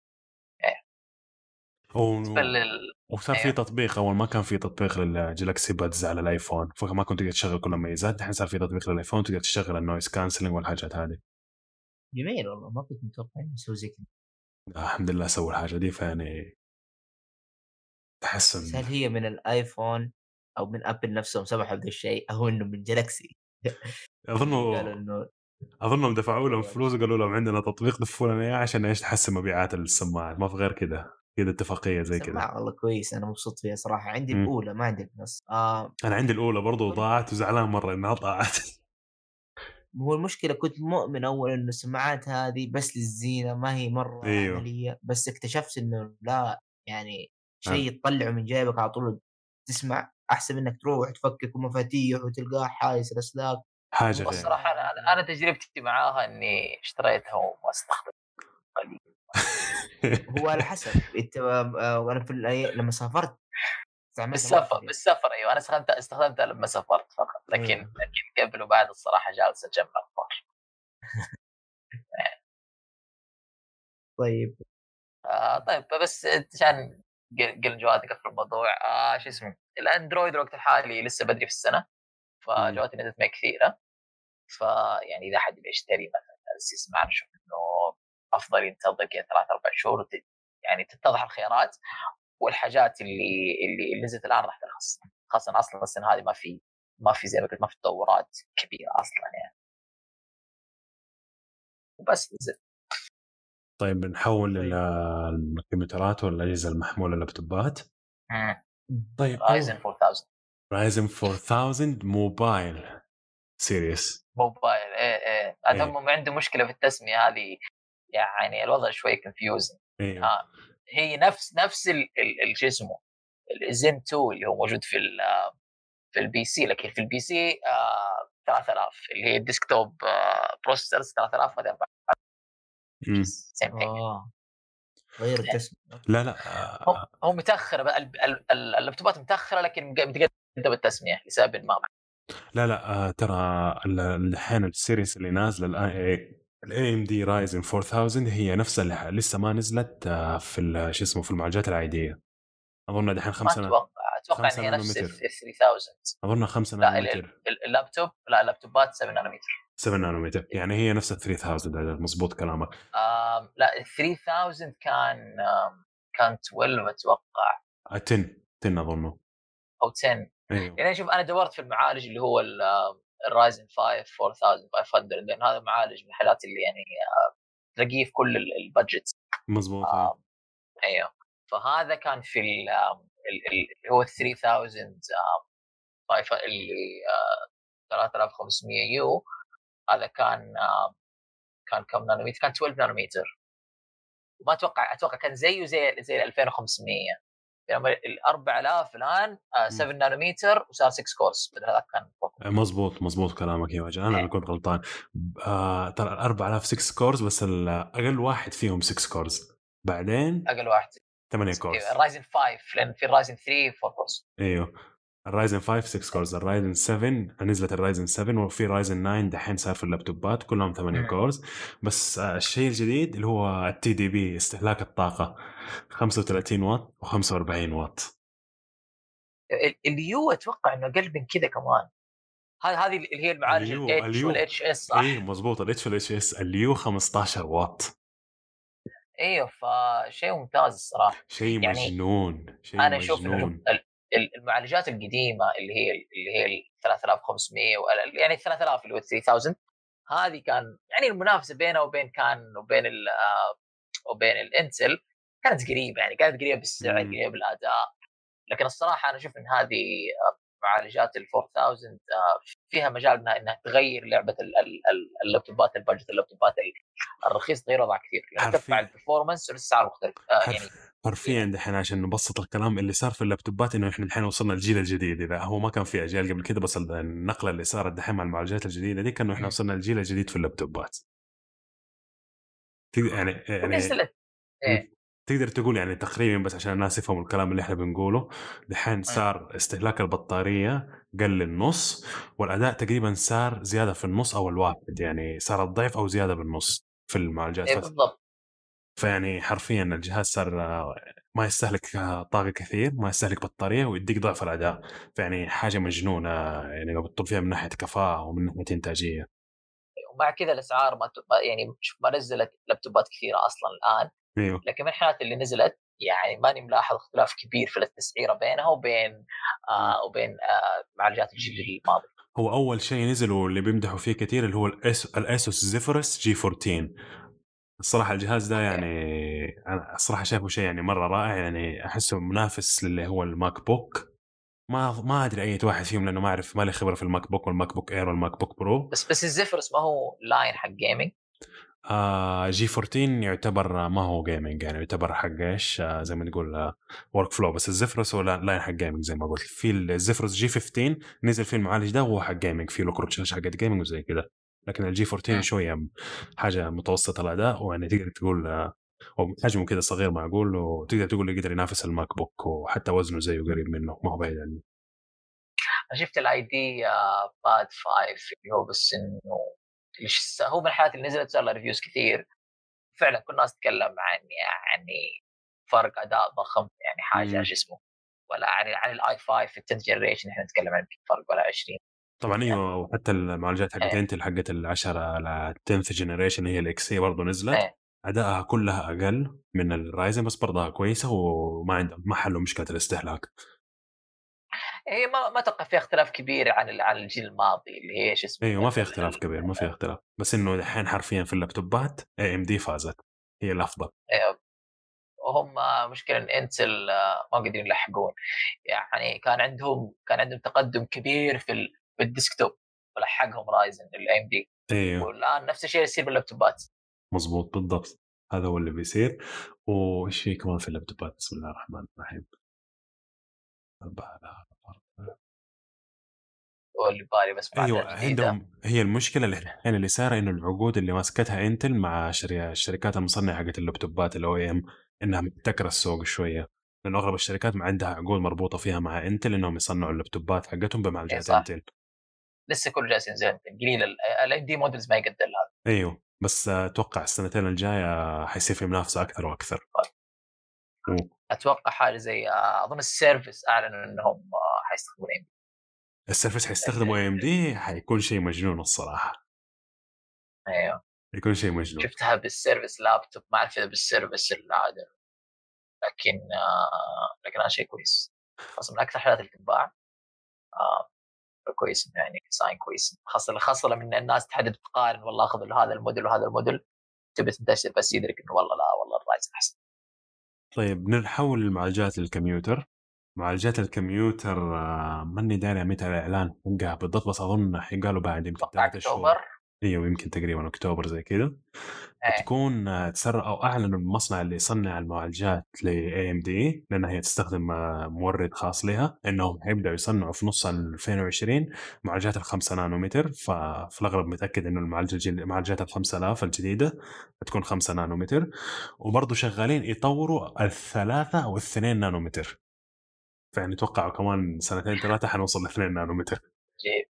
وصار في تطبيق. اول ما كان في تطبيق للجلاكسي بادز على الايفون، فما كنت تقدر تشغل كل الميزات. الحين صار في تطبيق للايفون تقدر تشغل النويز كانسلنج والحاجات هذه. جميل والله، ما كنت متوقع انه يسوي زي كذا. الحمد لله سووا الحاجه دي، فيعني تحسن. هل هي من الايفون او من ابل نفسهم سمحوا بهذا الشيء، او انه من جلاكسي؟ اظنوا قالوا انه اظنهم دفعوا لهم فلوس وقالوا لهم عندنا تطبيق ضفوا لنا اياه عشان ايش تحسن مبيعات السماعات، ما في غير كده. كده اتفاقيه زي كده. سماعه والله كويس، انا مبسوط فيها صراحه. عندي م. الاولى ما عندي البلس. آه انا عندي الاولى برضو ضاعت وزعلان مره انها ضاعت. هو المشكله كنت مؤمن اول انه السماعات هذه بس للزينه، ما هي مره أيوه. عمليه. بس اكتشفت انه لا، يعني شيء تطلعه من جيبك على طول تسمع احسن منك تروح تفكك مفاتيح وتلقاه حايس الاسلاك. حاجه الصراحه انا انا تجربتي معاها اني اشتريتها وما استخدمتها. هو على حسب انت. وانا في لما سافرت بالسفر بالسفر ايوه انا استخدمتها استخدمتها لما سافرت فقط، لكن أيوه. لكن قبل وبعد الصراحه جالس اجمع اخبار. طيب آه طيب بس عشان قل جواتك في الموضوع، آه شو اسمه الاندرويد الوقت الحالي لسه بدري في السنه، فجواتي نزلت ما كثيره. فيعني اذا حد بيشتري مثلا بس يسمع نشوف انه افضل ينتظر كذا ثلاث اربع شهور وت... يعني تتضح الخيارات والحاجات اللي اللي, اللي نزلت الان راح ترخص، خاصه اصلا السنه هذه ما في ما في زي ما قلت ما في تطورات كبيره اصلا يعني، وبس نزل. طيب نحول للكمبيوترات والاجهزه المحموله اللابتوبات. طيب رايزن أربعة آلاف رايزن أربعة آلاف موبايل سيريس. موبايل ايه ايه هذا هم عنده مشكله في التسميه هذه يعني، الوضع شوي كونفيوزنج. أيوه. آه. هي نفس نفس ال شو اسمه الزين اثنين اللي هو موجود في في البي سي، لكن في البي سي آه ثلاثة آلاف اللي هي الديسكتوب آه بروسيسورز ثلاثة آلاف هذا اه غير التسمية. لا لا هو, هو متاخر بقى اللابتوبات متاخره، لكن بتقدم التسميه لسبب ما. لا لا آه ترى الحين السيريس اللي نازله الان الاي ام دي رايزن أربعة آلاف هي نفسها اللي لسه ما نزلت آه في شو اسمه في المعالجات العاديه. اظن دحين خمسة ما اتوقع اتوقع ان هي نفس ال ثلاثة آلاف. اظن خمسة لا نانومتر. اللابتوب لا اللابتوبات سبعة نانومتر. سبعة نانومتر يعني هي نفس ال ثلاثة آلاف. مزبوط كلامك. آم لا ثلاثة آلاف كان كان اثنا عشر اتوقع. عشرة عشرة اظنه او عشرة. أيوه. يعني شوف انا دورت في المعالج اللي هو الرايزن خمسة أربعة آلاف وخمسمية، لان هذا معالج من الحالات اللي يعني تلاقيه في كل البادجت. مزبوط. آه ايوه فهذا كان في اللي هو ثلاثة آلاف اللي ثلاثة آلاف وخمسمية يو، هذا كان كان كم نانومتر؟ كان اثنا عشر نانومتر. وما اتوقع اتوقع كان زيه زي زي ألفين وخمسمية. يعني ال أربعة آلاف الان سبعة نانومتر وصار ستة كورس بدل هذا كان فوق. مزبوط مزبوط كلامك يا وجه. انا اللي كنت غلطان. آه ترى ال أربعة آلاف ستة كورز بس اقل واحد فيهم ستة كورز، بعدين اقل واحد ثمانية كورز. الرايزن خمسة لان في الرايزن ثلاثة أربعة كورز. ايوه الرايزن خمسة ستة كورز، الرايزن سبعة نزلت الرايزن سبعة، وفي رايزن تسعة دحين صار في اللابتوبات كلهم ثمانية كورز. بس آه الشيء الجديد اللي هو التي دي بي استهلاك الطاقه خمسة وثلاثين واط وخمسة وأربعين واط. اليو اتوقع انه اقل من كذا كمان. هذه هذه اللي هي المعالج الاتش والاتش اس صح؟ ايه مزبوط الاتش والاتش اس. اليو خمسة عشر واط. ايوه فشيء ممتاز الصراحه. شيء يعني مجنون شيء انا اشوف انه المعالجات القديمه اللي هي اللي هي ال ثلاثة آلاف وخمسمية يعني ثلاثة آلاف اللي هو ثلاثة آلاف هذه كان يعني المنافسه بينه وبين كان وبين ال وبين الانتل كانت قريبه، يعني كانت قريبه بالسعر قريبه بالاداء. لكن الصراحه انا اشوف ان هذه معالجات ال أربعة آلاف فيها مجال انها انها تغير لعبه اللابتوبات البادجت اللابتوبات الرخيص تغير وضع كثير، يعني ترفع البرفورمانس والسعر مختلف. آه يعني حرفيا دحين عشان نبسط الكلام اللي صار في اللابتوبات انه احنا الحين وصلنا الجيل الجديد. اذا هو ما كان في اجيال قبل كده، بس النقله اللي صارت دحين مع المعالجات الجديده دي كانه احنا وصلنا الجيل الجديد في اللابتوبات. يعني يعني نزلت إيه؟ تقدر تقول يعني تقريبا، بس عشان الناس يفهموا الكلام اللي احنا بنقوله دحين صار استهلاك البطاريه قل النص، والاداء تقريبا صار زياده في النص او الواحد، يعني صار الضعف او زياده بالنص في المعالجات. إيه بالضبط. فيعني حرفيا الجهاز صار ما يستهلك طاقه كثير، ما يستهلك بطاريه، ويديك ضعف الاداء. فيعني حاجه مجنونه يعني لو بتطلب فيها من ناحيه كفاءه ومن ناحيه انتاجيه. ومع كذا الاسعار ما يعني ما نزلت لابتوبات كثيره اصلا الان. ايوه لكن من الحالات اللي نزلت يعني ماني ملاحظ اختلاف كبير في التسعيره بينها وبين آه وبين آه معالجات الجيل الماضي. هو اول شيء نزل واللي بيمدحوا فيه كثير اللي هو الاسوس زيفيرس جي أربعة عشر. الصراحه الجهاز ده يعني انا الصراحه شايفه شيء يعني مره رائع، يعني احسه منافس للي هو الماك بوك. ما ما ادري اي واحد فيهم لانه ما اعرف، ما لي خبره في الماك بوك والماك بوك اير والماك بوك برو. بس بس الزيفرس ما هو لاين حق جيمنج. آه جي أربعة عشر يعتبر ما هو جيمنج، يعني يعتبر حق ايش آه زي ما نقول آه ورك فلو. بس الزفرس هو لاين حق جيمنج زي ما قلت. في الزفرس جي خمسة عشر نزل فيه المعالج ده وهو حق جيمنج، فيه له كروت شاشه حق جيمنج وزي كده. لكن الجي أربعة عشر شويه حاجه متوسطه الاداء، ويعني تقدر تقول آه حجمه كده صغير معقول، وتقدر تقول يقدر ينافس الماك بوك، وحتى وزنه زيه قريب منه ما هو بعيد عنه. شفت الاي دي باد خمسة اللي هو بس انه هو من الحالات اللي نزلت صار له ريفيوز كثير فعلا. كل الناس تتكلم عن يعني فرق اداء ضخم، يعني حاجه شو اسمه ولا عن عن الاي خمسة في التنت جنريشن احنا نتكلم عن فرق ولا عشرين طبعا. ايوه وحتى المعالجات حقت ايه. انتل حقت العشرة على التنث جنريشن هي الاكس اي برضه نزلت ايه. ادائها كلها اقل من الرايزن بس برضها كويسه وما عندهم ما حلوا مشكله الاستهلاك. هي ما ما اتوقع في اختلاف كبير عن عن الجيل الماضي اللي هي ايش اسمه. ايوه ما في اختلاف كبير ما في اختلاف، بس انه الحين حرفيا في اللابتوبات اي ام دي فازت هي الافضل. ايوه وهم مشكله ان انتل ما قادرين يلحقون، يعني كان عندهم كان عندهم تقدم كبير في في الديسكتوب ولحقهم رايزن الاي ام دي. ايوه والان نفس الشيء يصير باللابتوبات. مزبوط بالضبط هذا هو اللي بيصير. وش في كمان في اللابتوبات؟ بسم الله الرحمن الرحيم. واللي بالي بس ايوه عندهم هي المشكله اللي الحين اللي صار انه العقود اللي ماسكتها انتل مع الشركات المصنعه حقت اللابتوبات الاو ام انها محتكره السوق شويه، لانه اغلب الشركات ما عندها عقود مربوطه فيها مع انتل انهم يصنعوا اللابتوبات حقتهم بمعالجات إيه انتل. لسه كل جالس ينزل قليل الام دي مودلز ما يقدر هذا. ايوه بس اتوقع السنتين الجايه حيصير في منافسه اكثر واكثر. اتوقع حاجه زي اظن السيرفس اعلنوا انهم حيستخدمون ام دي. السيرفس حيستخدموا ام دي حيكون شيء مجنون الصراحه. ايوه يكون شيء مجنون. شفتها بالسيرفس لابتوب ما اعرف اذا بالسيرفس العادي، لكن آه لكن هذا شيء كويس اصلا من اكثر حالات اللي تنباع. آه كويس يعني ديزاين كويس، خاصه خاصه لما الناس تحدد تقارن والله اخذ هذا الموديل وهذا الموديل تبي تنتشر بس يدرك انه والله لا والله الرايزن احسن. طيب نحول المعالجات للكمبيوتر. معالجات الكمبيوتر ماني داري متى الاعلان حقها بالضبط، بس اظن حيقالوا بعد يمكن ثلاثة شهور. ايوه يمكن تقريبا اكتوبر زي كده بتكون تسرع او اعلنوا المصنع اللي يصنع المعالجات ل إيه إم دي لانها هي تستخدم مورد خاص لها انهم هيبداوا يصنعوا في نص ألفين وعشرين معالجات الخمسة نانومتر. ففي الاغلب متاكد انه المعالجه معالجات الخمسة آلاف الجديده بتكون خمسة نانومتر، وبرضه شغالين يطوروا الثلاثة او الاثنين نانومتر، فيعني توقعوا كمان سنتين ثلاثه حنوصل ل اثنين نانومتر. جيب.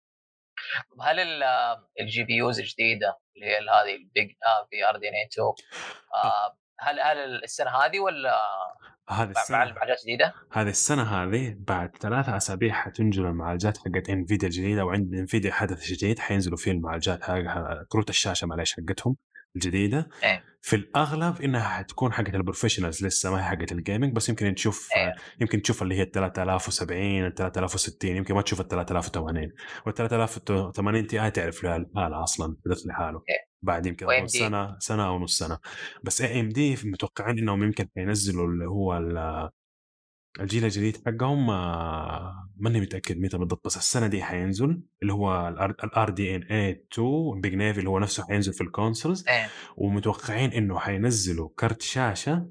هل الجي بي يوز الجديده اللي هي هذه البيج في ار دي ان اثنين هل هل السنه هذه ولا هذه السنه مع المعالجات الجديده؟ هذه السنه هذه بعد ثلاثة اسابيع حتنزل المعالجات حقت انفيديا الجديده، وعند انفيديا حدث جديد حينزلوا فيه المعالجات حق كروت الشاشه معلش حقتهم الجديده. إيه. في الاغلب انها حتكون حقت البروفيشنالز لسه ما هي حقت الجيمنج، بس يمكن تشوف إيه. يمكن تشوف اللي هي ثلاثة آلاف وسبعين ثلاثة آلاف وستين، يمكن ما تشوف ال ثلاثة آلاف وثمانين وال ثلاثة آلاف وثمانين تي اي تعرف لها الحاله اصلا بدت لحاله. إيه. بعد يمكن سنه سنه او نص سنه. بس اي ام دي متوقعين انهم يمكن ينزلوا اللي هو الجيل الجديد حقهم، ماني متاكد متى بالضبط، بس السنه دي حينزل اللي هو الار دي ان اي اثنين بيج نيفي اللي هو نفسه حينزل في الكونسولز. إيه. ومتوقعين انه حينزلوا كرت شاشه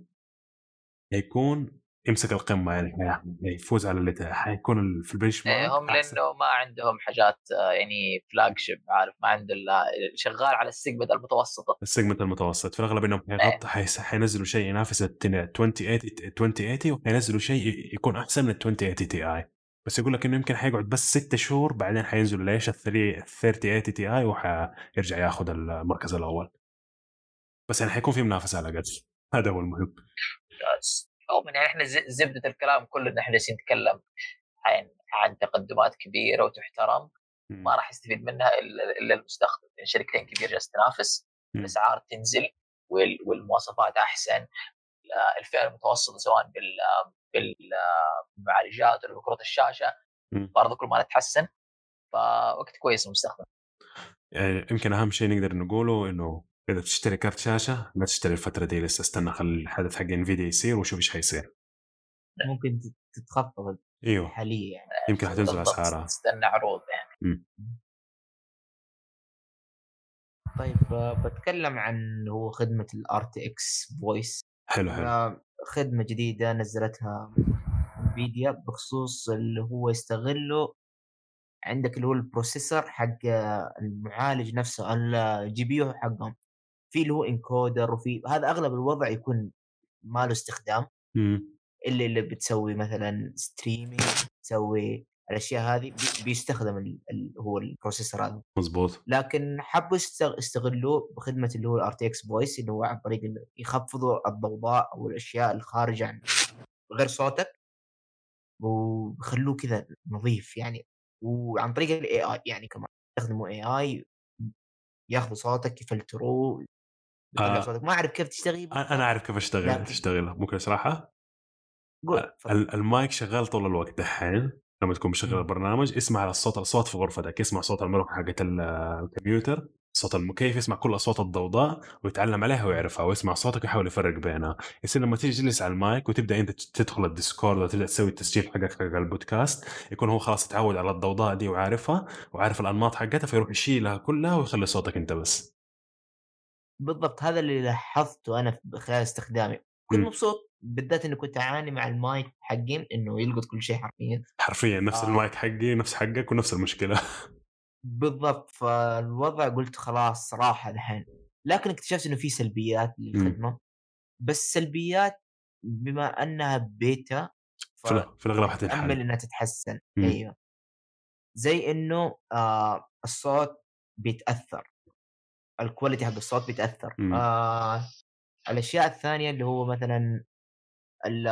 هيكون يمسك القمه، يعني يفوز على اللي حيكون في البنش مارك. هم لانه ما عندهم حاجات يعني فلاج شيب، عارف، ما عنده شغال على السيجمنت المتوسطه السيجمنت المتوسط. في الاغلب انهم حيغطوا حينزلوا شيء ينافس ال عشرين ثمانين وحينزلوا شيء يكون احسن من ال عشرين ثمانين تي اي، بس يقول لك انه يمكن حيقعد بس ستة شهور بعدين حينزلوا ليش ال ثلاثين ثمانين تي اي وحيرجع ياخذ المركز الاول. بس يعني حيكون في منافسه على قد هذا هو المهم. او من يعني احنا زبده الكلام كله ان احنا نتكلم عن عن تقدمات كبيره وتحترم م. ما راح يستفيد منها الا المستخدم. يعني شركتين كبيره جالسه تنافس، الاسعار تنزل والمواصفات احسن، الفئه المتوسطه سواء بال بالمعالجات ولا بكروت الشاشه برضه كل ما نتحسن، فوقت كويس المستخدم. يعني يمكن اهم شيء نقدر نقوله انه اذا تشتري كارت شاشه ما تشتري الفتره دي، لسه استنى خلي الحدث حق انفيديا يصير وشوف ايش حيصير. ممكن تتخفض ايوه حاليا يعني. يمكن حتنزل اسعارها، تستنى عروض يعني. م. طيب بتكلم عن هو خدمه الار تي اكس فويس. حلو حلو. خدمه جديده نزلتها انفيديا بخصوص اللي هو يستغله عندك اللي هو البروسيسور حق المعالج نفسه الجي بي يو حقهم، في اللي هو انكودر، وفي هذا اغلب الوضع يكون ما له استخدام م. اللي اللي بتسوي مثلا ستريمينج، تسوي الاشياء هذه بيستخدم اللي هو البروسيسور هذا مزبوط. لكن حبوا يستغلوه بخدمه اللي هو الار تي اكس فويس، اللي هو عن طريق يخفضوا الضوضاء او الاشياء الخارجه عن غير صوتك وخلوه كذا نظيف يعني، وعن طريق الاي اي يعني كمان يستخدموا اي اي ياخذوا صوتك يفلتروه يطلع آه. صوتك. ما اعرف كيف تشتغل. انا اعرف كيف اشتغل لكن... تشتغل ممكن اشرحها. قول. المايك شغال طول الوقت دحين لما تكون مشغل البرنامج اسمع على الصوت الصوت في غرفتك، يسمع صوت المروحه حقت الكمبيوتر، صوت المكيف، يسمع كل اصوات الضوضاء ويتعلم عليها ويعرفها ويسمع صوتك ويحاول يفرق بينها. يصير لما تيجي تجلس على المايك وتبدا انت تدخل الديسكورد وتبدا تسوي التسجيل حقك حق البودكاست، يكون هو خلاص تعود على الضوضاء دي وعارفها وعارف الانماط حقتها، فيروح يشيلها كلها ويخلي صوتك انت بس. بالضبط هذا اللي لاحظته انا خلال استخدامي. كنت مبسوط بالذات اني كنت اعاني مع المايك حقين انه يلقط كل شيء حرفيا حرفيا نفس آه. المايك حقي نفس حقك ونفس المشكله. بالضبط. فالوضع قلت خلاص راح الحين، لكن اكتشفت انه في سلبيات للخدمه م. بس سلبيات بما انها بيتا في الاغلب حتنحل، امل انها تتحسن. م. ايوه زي انه آه الصوت بيتاثر، الكواليتي حق الصوت بيتاثر. آه الاشياء الثانيه اللي هو مثلا ال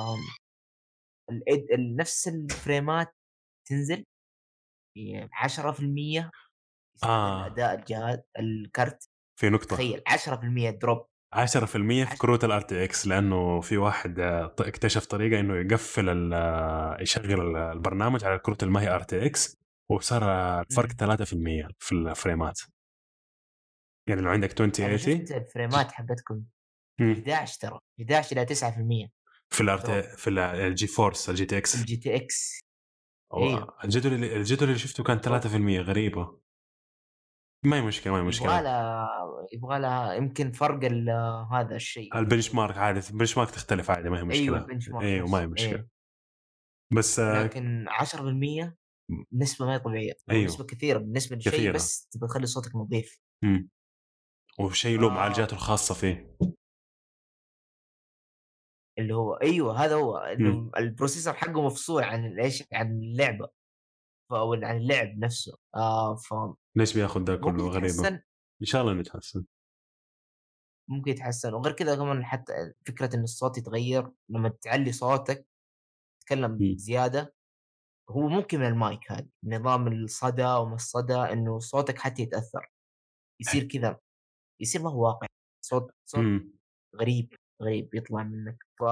ال نفس الفريمات تنزل عشرة في المية آه. اداء الجهاز الكرت في نقطه تخيل عشرة في المية دروب عشرة في المية في كروت الار تي اكس، لانه في واحد اكتشف طريقه انه يقفل يشغل البرنامج على الكروت اللي ما هي ار تي اكس وصار الفرق ثلاثة في المية في الفريمات. يعني لو عندك عشرين ثمانين شفت الفريمات حقتكم احد عشر ترى احد عشر الى تسعة في المية في الار في الجي فورس الجي تي اكس الجي تي اكس. ايوه الجدول اللي الجدول اللي شفته كان ثلاثة في المية. غريبه. ما هي مشكله ما هي مشكله يبغى لها يبغى لها يمكن فرق هذا الشيء البنش مارك عادي البنش مارك تختلف عادي ما هي مشكله ايوه البنش مارك ايوه ما هي مشكله أيوه. بس لكن عشرة بالمية نسبة ما طبيعية أيوه. نسبة كثيرة بالنسبة للشيء كثيرة. بس تبغى تخلي صوتك نظيف امم وشيء له آه. معالجاته الخاصة فيه اللي هو ايوه هذا هو انه مم. البروسيسور حقه مفصول عن ايش عن اللعبة او عن اللعب نفسه اه ف ليش بياخذ ده كله غريبة ان شاء الله نتحسن ممكن يتحسن وغير كذا كمان حتى فكرة ان الصوت يتغير لما تعلي صوتك تتكلم مم. زيادة هو ممكن من المايك هذا نظام الصدى وما الصدى انه صوتك حتى يتاثر يصير كذا يصير ما هو واقع صوت صوت مم. غريب غريب يطلع منك ف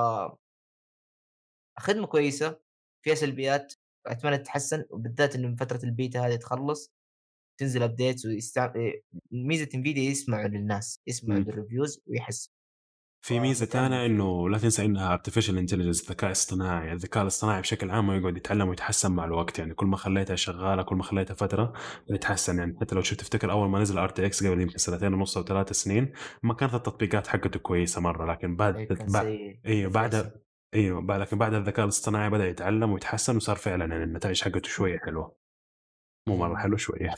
خدمه كويسه فيها سلبيات اتمنى تتحسن وبالذات انه من فتره البيتا هذه تخلص تنزل ابديتس ويستع... ميزه انفيديا يسمعوا للناس يسمعوا مم. للريفيوز ويحس في ميزة تانية إنه لا تنسى إنها artificial intelligence ذكاء اصطناعي الذكاء الاصطناعي بشكل عام يقعد يتعلم ويتحسن مع الوقت يعني كل ما خليتها شغالة كل ما خليتها فترة يتحسن يعني حتى لو شو تفتكر أول ما نزل آر تي إكس قبل يمكن سنتين ونص أو ثلاث سنين ما كانت التطبيقات حقته كويسة مرة لكن بعد بعد أيوه بعد أيوه بعد لكن بعد الذكاء الاصطناعي بدأ يتعلم ويتحسن وصار فعلا يعني النتائج حقته شوية حلوة مو مرة حلو شوية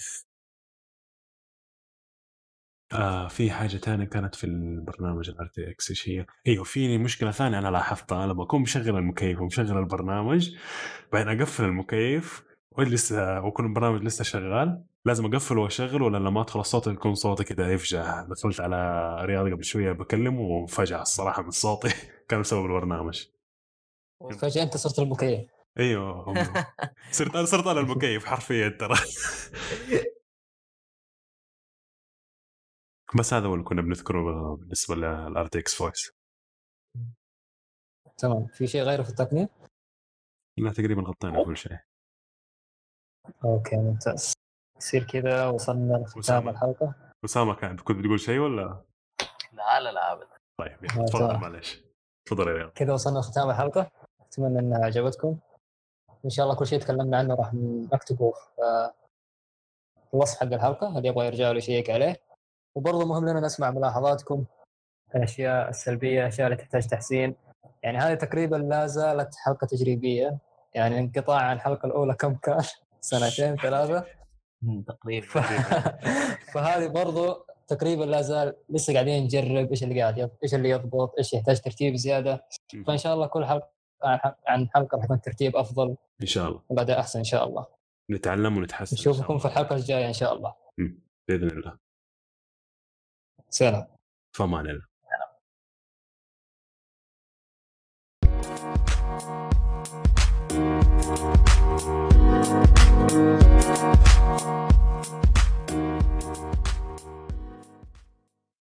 آه في حاجة تانية كانت في البرنامج ال آر تي إكس إيش هي؟ أيوه في مشكلة ثانية أنا لاحظتها أنا بكون مشغل المكيف ومشغل البرنامج بعدين أقفل المكيف ولسه وكل البرنامج لسه شغال لازم أقفل وأشغل ولا لما أدخل الصوت يكون صوتي كده يفجع دخلت على رياض قبل شوية بكلمه وفجع الصراحة من صوتي كان بسبب البرنامج فجأة أنت صرت المكيف أيوه صرت أنا صرت على المكيف حرفيا ترى بس هذا هو اللي كنا بنذكره بالنسبة للآر تي إكس فويس تمام في شيء غيره في التقنية؟ لا تقريبا غطينا كل شيء اوكي ممتاز يصير كذا وصلنا لختام الحلقة أسامة كان كنت بتقول شيء ولا لا لا لا أبدا طيب تفضل معلش تفضل يا رياض كذا وصلنا لختام الحلقة أتمنى أنها عجبتكم إن شاء الله كل شيء تكلمنا عنه راح نكتبه في الوصف حق الحلقة اللي يبغى يرجع له يشيك عليه وبرضه مهم لنا نسمع ملاحظاتكم الأشياء السلبية الأشياء اللي تحتاج تحسين يعني هذه تقريبا لا زالت حلقة تجريبية يعني انقطاع عن الحلقة الأولى كم كان سنتين ثلاثة تقريبا ف... فهذه برضو تقريبا لا زال لسه قاعدين نجرب ايش اللي قاعد يض... ايش اللي يضبط ايش يحتاج ترتيب زياده فان شاء الله كل حلقه عن حلقه راح يكون ترتيب افضل ان شاء الله وبعدها احسن ان شاء الله نتعلم ونتحسن نشوفكم في الحلقه الجايه ان شاء الله باذن الله سلام فمان الله